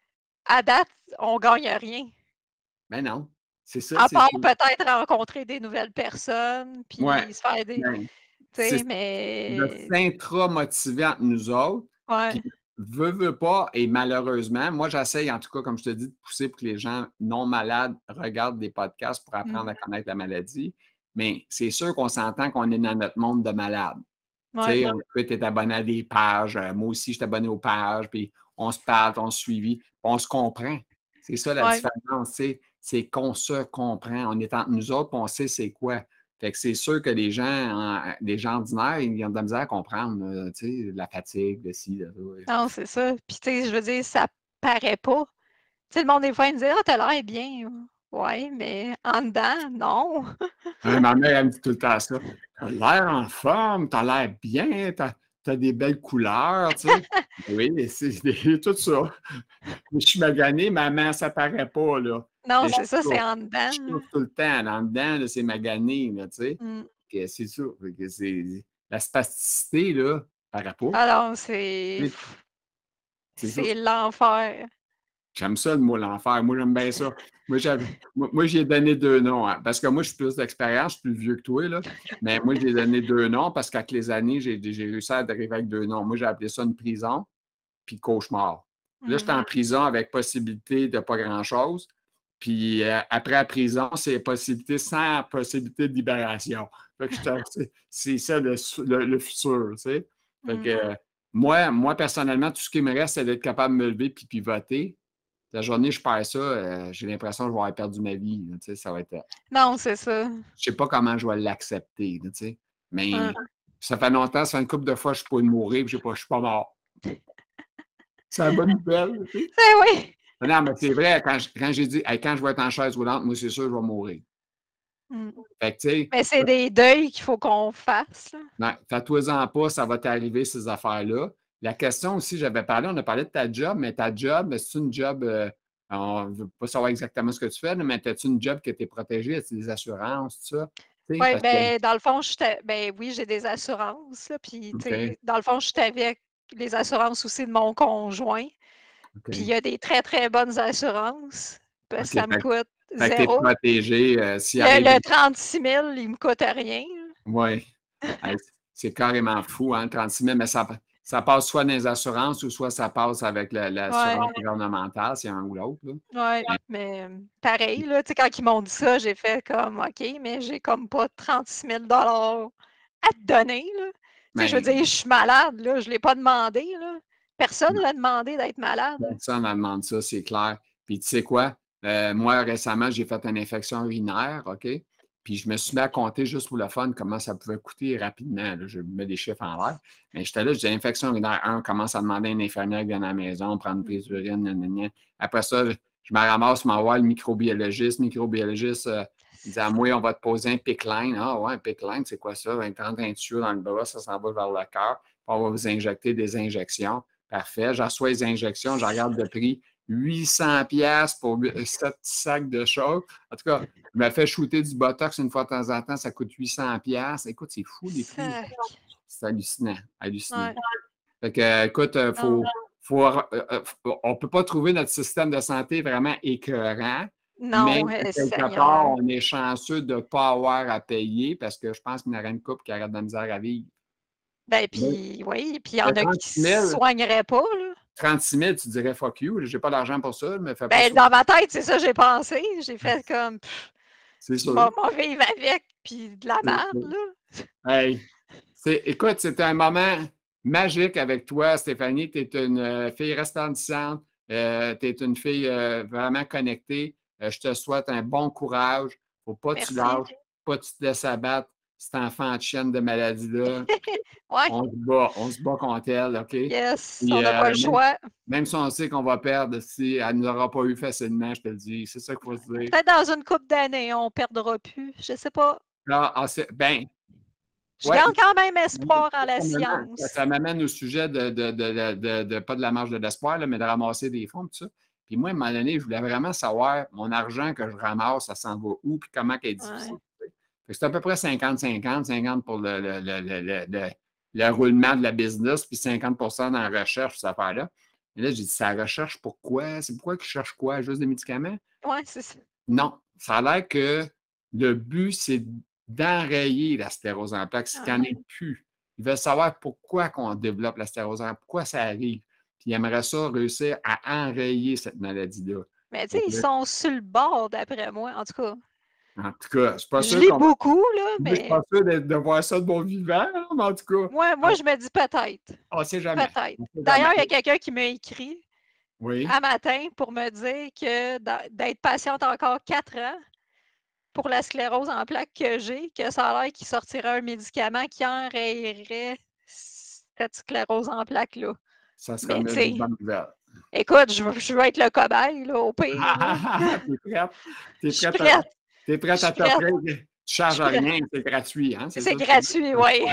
à date, on gagne rien. Mais non. C'est ça, À c'est part ça. peut-être rencontrer des nouvelles personnes, Ouais. puis se faire des. Ben, Tu c'est sais, de mais. s'intra-motiver entre nous autres. Ouais. Puis, veut, veut pas, et malheureusement, moi, j'essaye, en tout cas, comme je te dis, de pousser pour que les gens non malades regardent des podcasts pour apprendre Mhm. à connaître la maladie. Mais c'est sûr qu'on s'entend qu'on est dans notre monde de malades. Tu Ouais. sais, on peut être abonné à des pages. euh, Moi aussi, je suis abonné aux pages, puis on se parle, on se suit, puis on se comprend. C'est ça la Ouais. différence, tu sais, c'est qu'on se comprend. On est entre nous autres, puis on sait c'est quoi. Fait que c'est sûr que les gens, en- les gens ordinaires, ils ont de la misère à comprendre, euh, tu sais, la fatigue, de ci, de ça. Non, c'est ça. Puis, tu sais, je veux dire, ça paraît pas. Tu sais, le monde, des fois, il me dit, ah, t'as l'air bien. Ouais, mais en dedans, non. Hein, ma mère, elle me dit tout le temps ça. T'as l'air en forme, t'as l'air bien, t'as as des belles couleurs, tu sais. Oui, c'est c'est tout ça. Je suis magané, maman, ça paraît pas, là. Non, Mais je c'est ça, c'est souffre. en Je dedans. souffre tout le temps. En dedans, là, c'est magané, là, tu sais. Mm. Que c'est ça. Fait que c'est la spasticité, là, paraît pas. Alors, c'est. C'est c'est ça. C'est l'enfer. J'aime ça, le mot l'enfer. Moi, j'aime bien ça. Moi, j'avais- moi, moi, j'ai donné deux noms, hein, parce que moi, je suis plus d'expérience, je suis plus vieux que toi, là. Mais moi, j'ai donné deux noms parce qu'avec les années, j'ai j'ai réussi à arriver avec deux noms. Moi, j'ai appelé ça une prison, puis cauchemar. Là, j'étais Mm. en prison avec possibilité de pas grand-chose. Puis euh, après la prison, c'est possibilité sans possibilité de libération. Fait que j'étais- c'est c'est ça le, le- le futur, tu sais. Fait que Mm. euh, moi, moi, personnellement, tout ce qui me reste, c'est d'être capable de me lever puis pivoter. La journée, je perds ça, euh, j'ai l'impression que je vais avoir perdu ma vie. Là, tu sais, ça va être. euh, Non, c'est ça. je sais pas comment je vais l'accepter. Là, tu sais. Hein. Mais ça fait longtemps, ça fait une couple de fois que je suis pas de mourir, puis je sais pas, je suis pas mort. C'est une bonne nouvelle. Tu sais. C'est oui. Non, mais c'est vrai, quand je- quand j'ai dit hey, quand je vais être en chaise roulante, moi, c'est sûr que je vais mourir. Mm. Fait que, tu sais, Mais c'est des deuils qu'il faut qu'on fasse. là. ouais, fais-toi-en pas, ça va t'arriver, ces affaires-là. La question aussi, j'avais parlé, on a parlé de ta job, mais ta job, c'est une job, euh, on ne veut pas savoir exactement ce que tu fais, là, mais as-tu une job que tu es protégée? As-tu des assurances, tout ça? Tu sais, Oui, parce que, ben, dans le fond, je t'ai- ben oui, j'ai des assurances. Là, puis, tu OK, sais, dans le fond, je suis avec les assurances aussi de mon conjoint. Puis, il y OK, a des très, très bonnes assurances. Parce OK. que ça me Fait, coûte fait que tu es zéro. protégé euh, s'il Le, arrive. le trente-six mille, il me coûte rien. Oui. C'est carrément fou, hein, trente-six mille, mais ça, ça passe soit dans les assurances ou soit ça passe avec la- Ouais, l'assurance gouvernementale, c'est un ou l'autre, là. ouais, Mais, mais hem, pareil, là, tu sais, quand ils m'ont dit ça, j'ai fait comme: «OK, mais j'ai comme pas trente-six mille à te donner, là». Tu sais, je veux mais dire, je suis malade, là, je l'ai pas demandé, là. Personne l'a demandé d'être malade. personne ne demande ça, c'est clair. Puis tu sais quoi? Euh, moi, récemment, j'ai fait une infection urinaire, OK? Puis je me suis mis à compter juste pour le fun comment ça pouvait coûter rapidement, là. Je mets des chiffres en l'air. Mais j'étais là, je dis infection urinaire un, on commence à demander à une infirmière qui vient à la maison, prendre une prise Mmh. d'urine, gna, gna, gna. Après ça, je, je me ramasse, je m'envoie le microbiologiste. Le microbiologiste, euh, il dit C'est à ça. moi, on va te poser un pick line. Ah ouais, un pick line, c'est quoi ça? Un trente un tuyaux dans le bras, ça s'en va vers le cœur. Puis on va vous injecter des injections. Parfait. Je reçois les injections, je regarde le prix. huit cents piastres pour sept sacs de choses. En tout cas, je me fais shooter du Botox une fois de temps en temps, ça coûte huit cents piastres. Écoute, c'est fou les prix. Sac. C'est hallucinant, hallucinant. Ouais. Fait que, euh, écoute, euh, faut, Non. faut, euh, euh, on ne peut pas trouver notre système de santé vraiment écœurant, mais Non, eh quelque part, Seigneur. on est chanceux de ne pas avoir à payer parce que je pense qu'il y en aurait une couple qui arrête de la misère à vivre. Ben, Mais, puis oui, puis il y euh, en a qui trente-six se mille, soigneraient pas, là. trente-six mille, tu dirais fuck you, j'ai pas l'argent pour ça, mais fais pas Ben, ça. dans ma tête, c'est ça que j'ai pensé. J'ai fait comme: C'est «Je sûr. vais m'en vivre avec, puis de la C'est merde, sûr. là». Hey, c'est- écoute, c'était un moment magique avec toi, Stéphanie. Tu es une euh, fille resplendissante. tu es une fille euh, vraiment connectée. Euh, je te souhaite un bon courage. Faut pas que tu Merci. lâches, pas que tu te laisses abattre. Cet enfant de chienne de maladie-là, Ouais, on se bat, on se bat contre elle, OK? yes, Puis, on n'a euh, pas le même, choix. même si on sait qu'on va perdre, si elle ne nous aura pas eu facilement, je te le dis, c'est ça qu'il faut se dire. Peut-être dans une couple d'années, on perdra plus, je sais pas. Là, ah, c'est- ben, Je ouais, garde quand même mais espoir en la ça m'amène ça- science. ça m'amène au sujet de, de, de, de, de- de- pas de la marge de l'espoir, là, mais de ramasser des fonds, tout ça. Puis moi, à un moment donné, je voulais vraiment savoir mon argent que je ramasse, ça s'en va où, puis comment elle est diffusée. Ouais. tu sais. Fait que c'est à peu près cinquante cinquante, cinquante pour le, le, le, le, le, le- le roulement de la business, puis cinquante pour cent dans la recherche, cette affaire-là. Et là, j'ai dit, c'est la recherche, pourquoi? C'est pourquoi qu'ils cherchent quoi? Juste des médicaments? Ouais, c'est ça. Non, ça a l'air que le but, c'est d'enrayer la sclérose en plaques, ce qu'il n'y en Ouais. ait plus. Ils veulent savoir pourquoi qu'on développe la sclérose en plaques, pourquoi ça arrive. Puis ils aimeraient ça réussir à enrayer cette maladie-là. Mais tu Fait sais, que ils là, sont sur le bord, d'après moi. En tout cas, en tout cas, je ne suis pas je sûr lis qu'on va. beaucoup, là, Moi, je suis mais pas sûr de, de voir ça de bon vivant, là, mais en tout cas, moi, moi, je me dis peut-être. on ne sait jamais. Peut-être. On ne sait jamais. D'ailleurs, il y a quelqu'un qui m'a écrit Oui, un matin pour me dire que d'a- d'être patiente encore quatre ans pour la sclérose en plaques que j'ai, que ça a l'air qu'il sortirait un médicament qui enrayerait cette sclérose en plaques-là. ça sera Mais tu une sais, bonne nouvelle. écoute, je veux, je veux être le cobaye, là, au pire, là. T'es prête? Je T'es suis prête à, prête. t'es Je prête suis à prête. t'offrir? Tu ne Je charges suis prête. rien, c'est gratuit, hein? C'est C'est ça? Ce que tu gratuit, oui.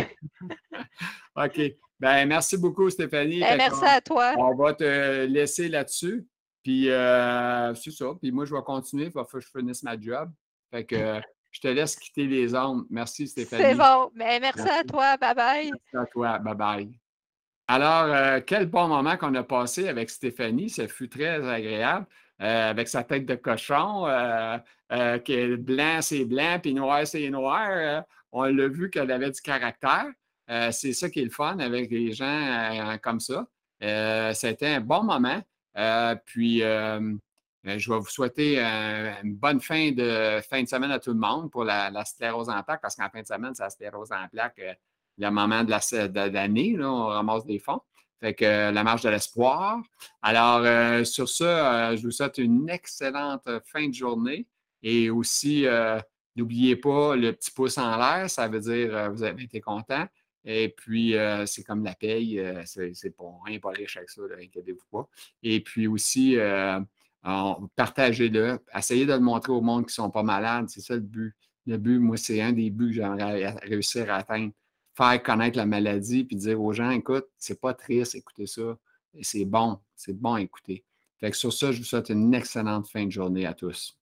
OK. Ben, merci beaucoup, Stéphanie. Ben, Fait merci qu'on à toi. on va te laisser là-dessus. Puis, euh, c'est ça. Puis, moi, je vais continuer. Il va falloir que je finisse ma job. Fait que euh, je te laisse quitter les ondes. Merci, C'est Stéphanie. bon. Ben, merci à Merci. toi. Bye bye. Merci à toi. Bye bye. Alors, euh, quel bon moment qu'on a passé avec Stéphanie. Ça fut très agréable. Euh, avec sa tête de cochon, euh, euh, que blanc, c'est blanc, puis noir, c'est noir. Euh, on l'a vu qu'elle avait du caractère. Euh, c'est ça qui est le fun avec les gens euh, comme ça. Euh, c'était un bon moment. Euh, puis, euh, euh, je vais vous souhaiter euh, une bonne fin de, fin de semaine à tout le monde pour la, la sclérose en plaques, parce qu'en fin de semaine, c'est la sclérose en plaques. Euh, le moment de la- de l'année, là, on ramasse des fonds. Fait que euh, la marche de l'espoir. Alors, euh, sur ça, euh, je vous souhaite une excellente fin de journée. Et aussi, euh, n'oubliez pas le petit pouce en l'air, ça veut dire euh, vous avez été content. Et puis, euh, c'est comme la paye, euh, c'est c'est pas rien, pas riche avec ça, là, inquiétez-vous pas. Et puis aussi, euh, on- partagez-le, essayez de le montrer au monde qui ne sont pas malades, c'est ça le but. Le but, moi, c'est un des buts que j'aimerais réussir à atteindre, faire connaître la maladie puis dire aux gens, écoute, c'est pas triste, écoutez ça. C'est bon, c'est bon à écouter. Fait que sur ça, je vous souhaite une excellente fin de journée à tous.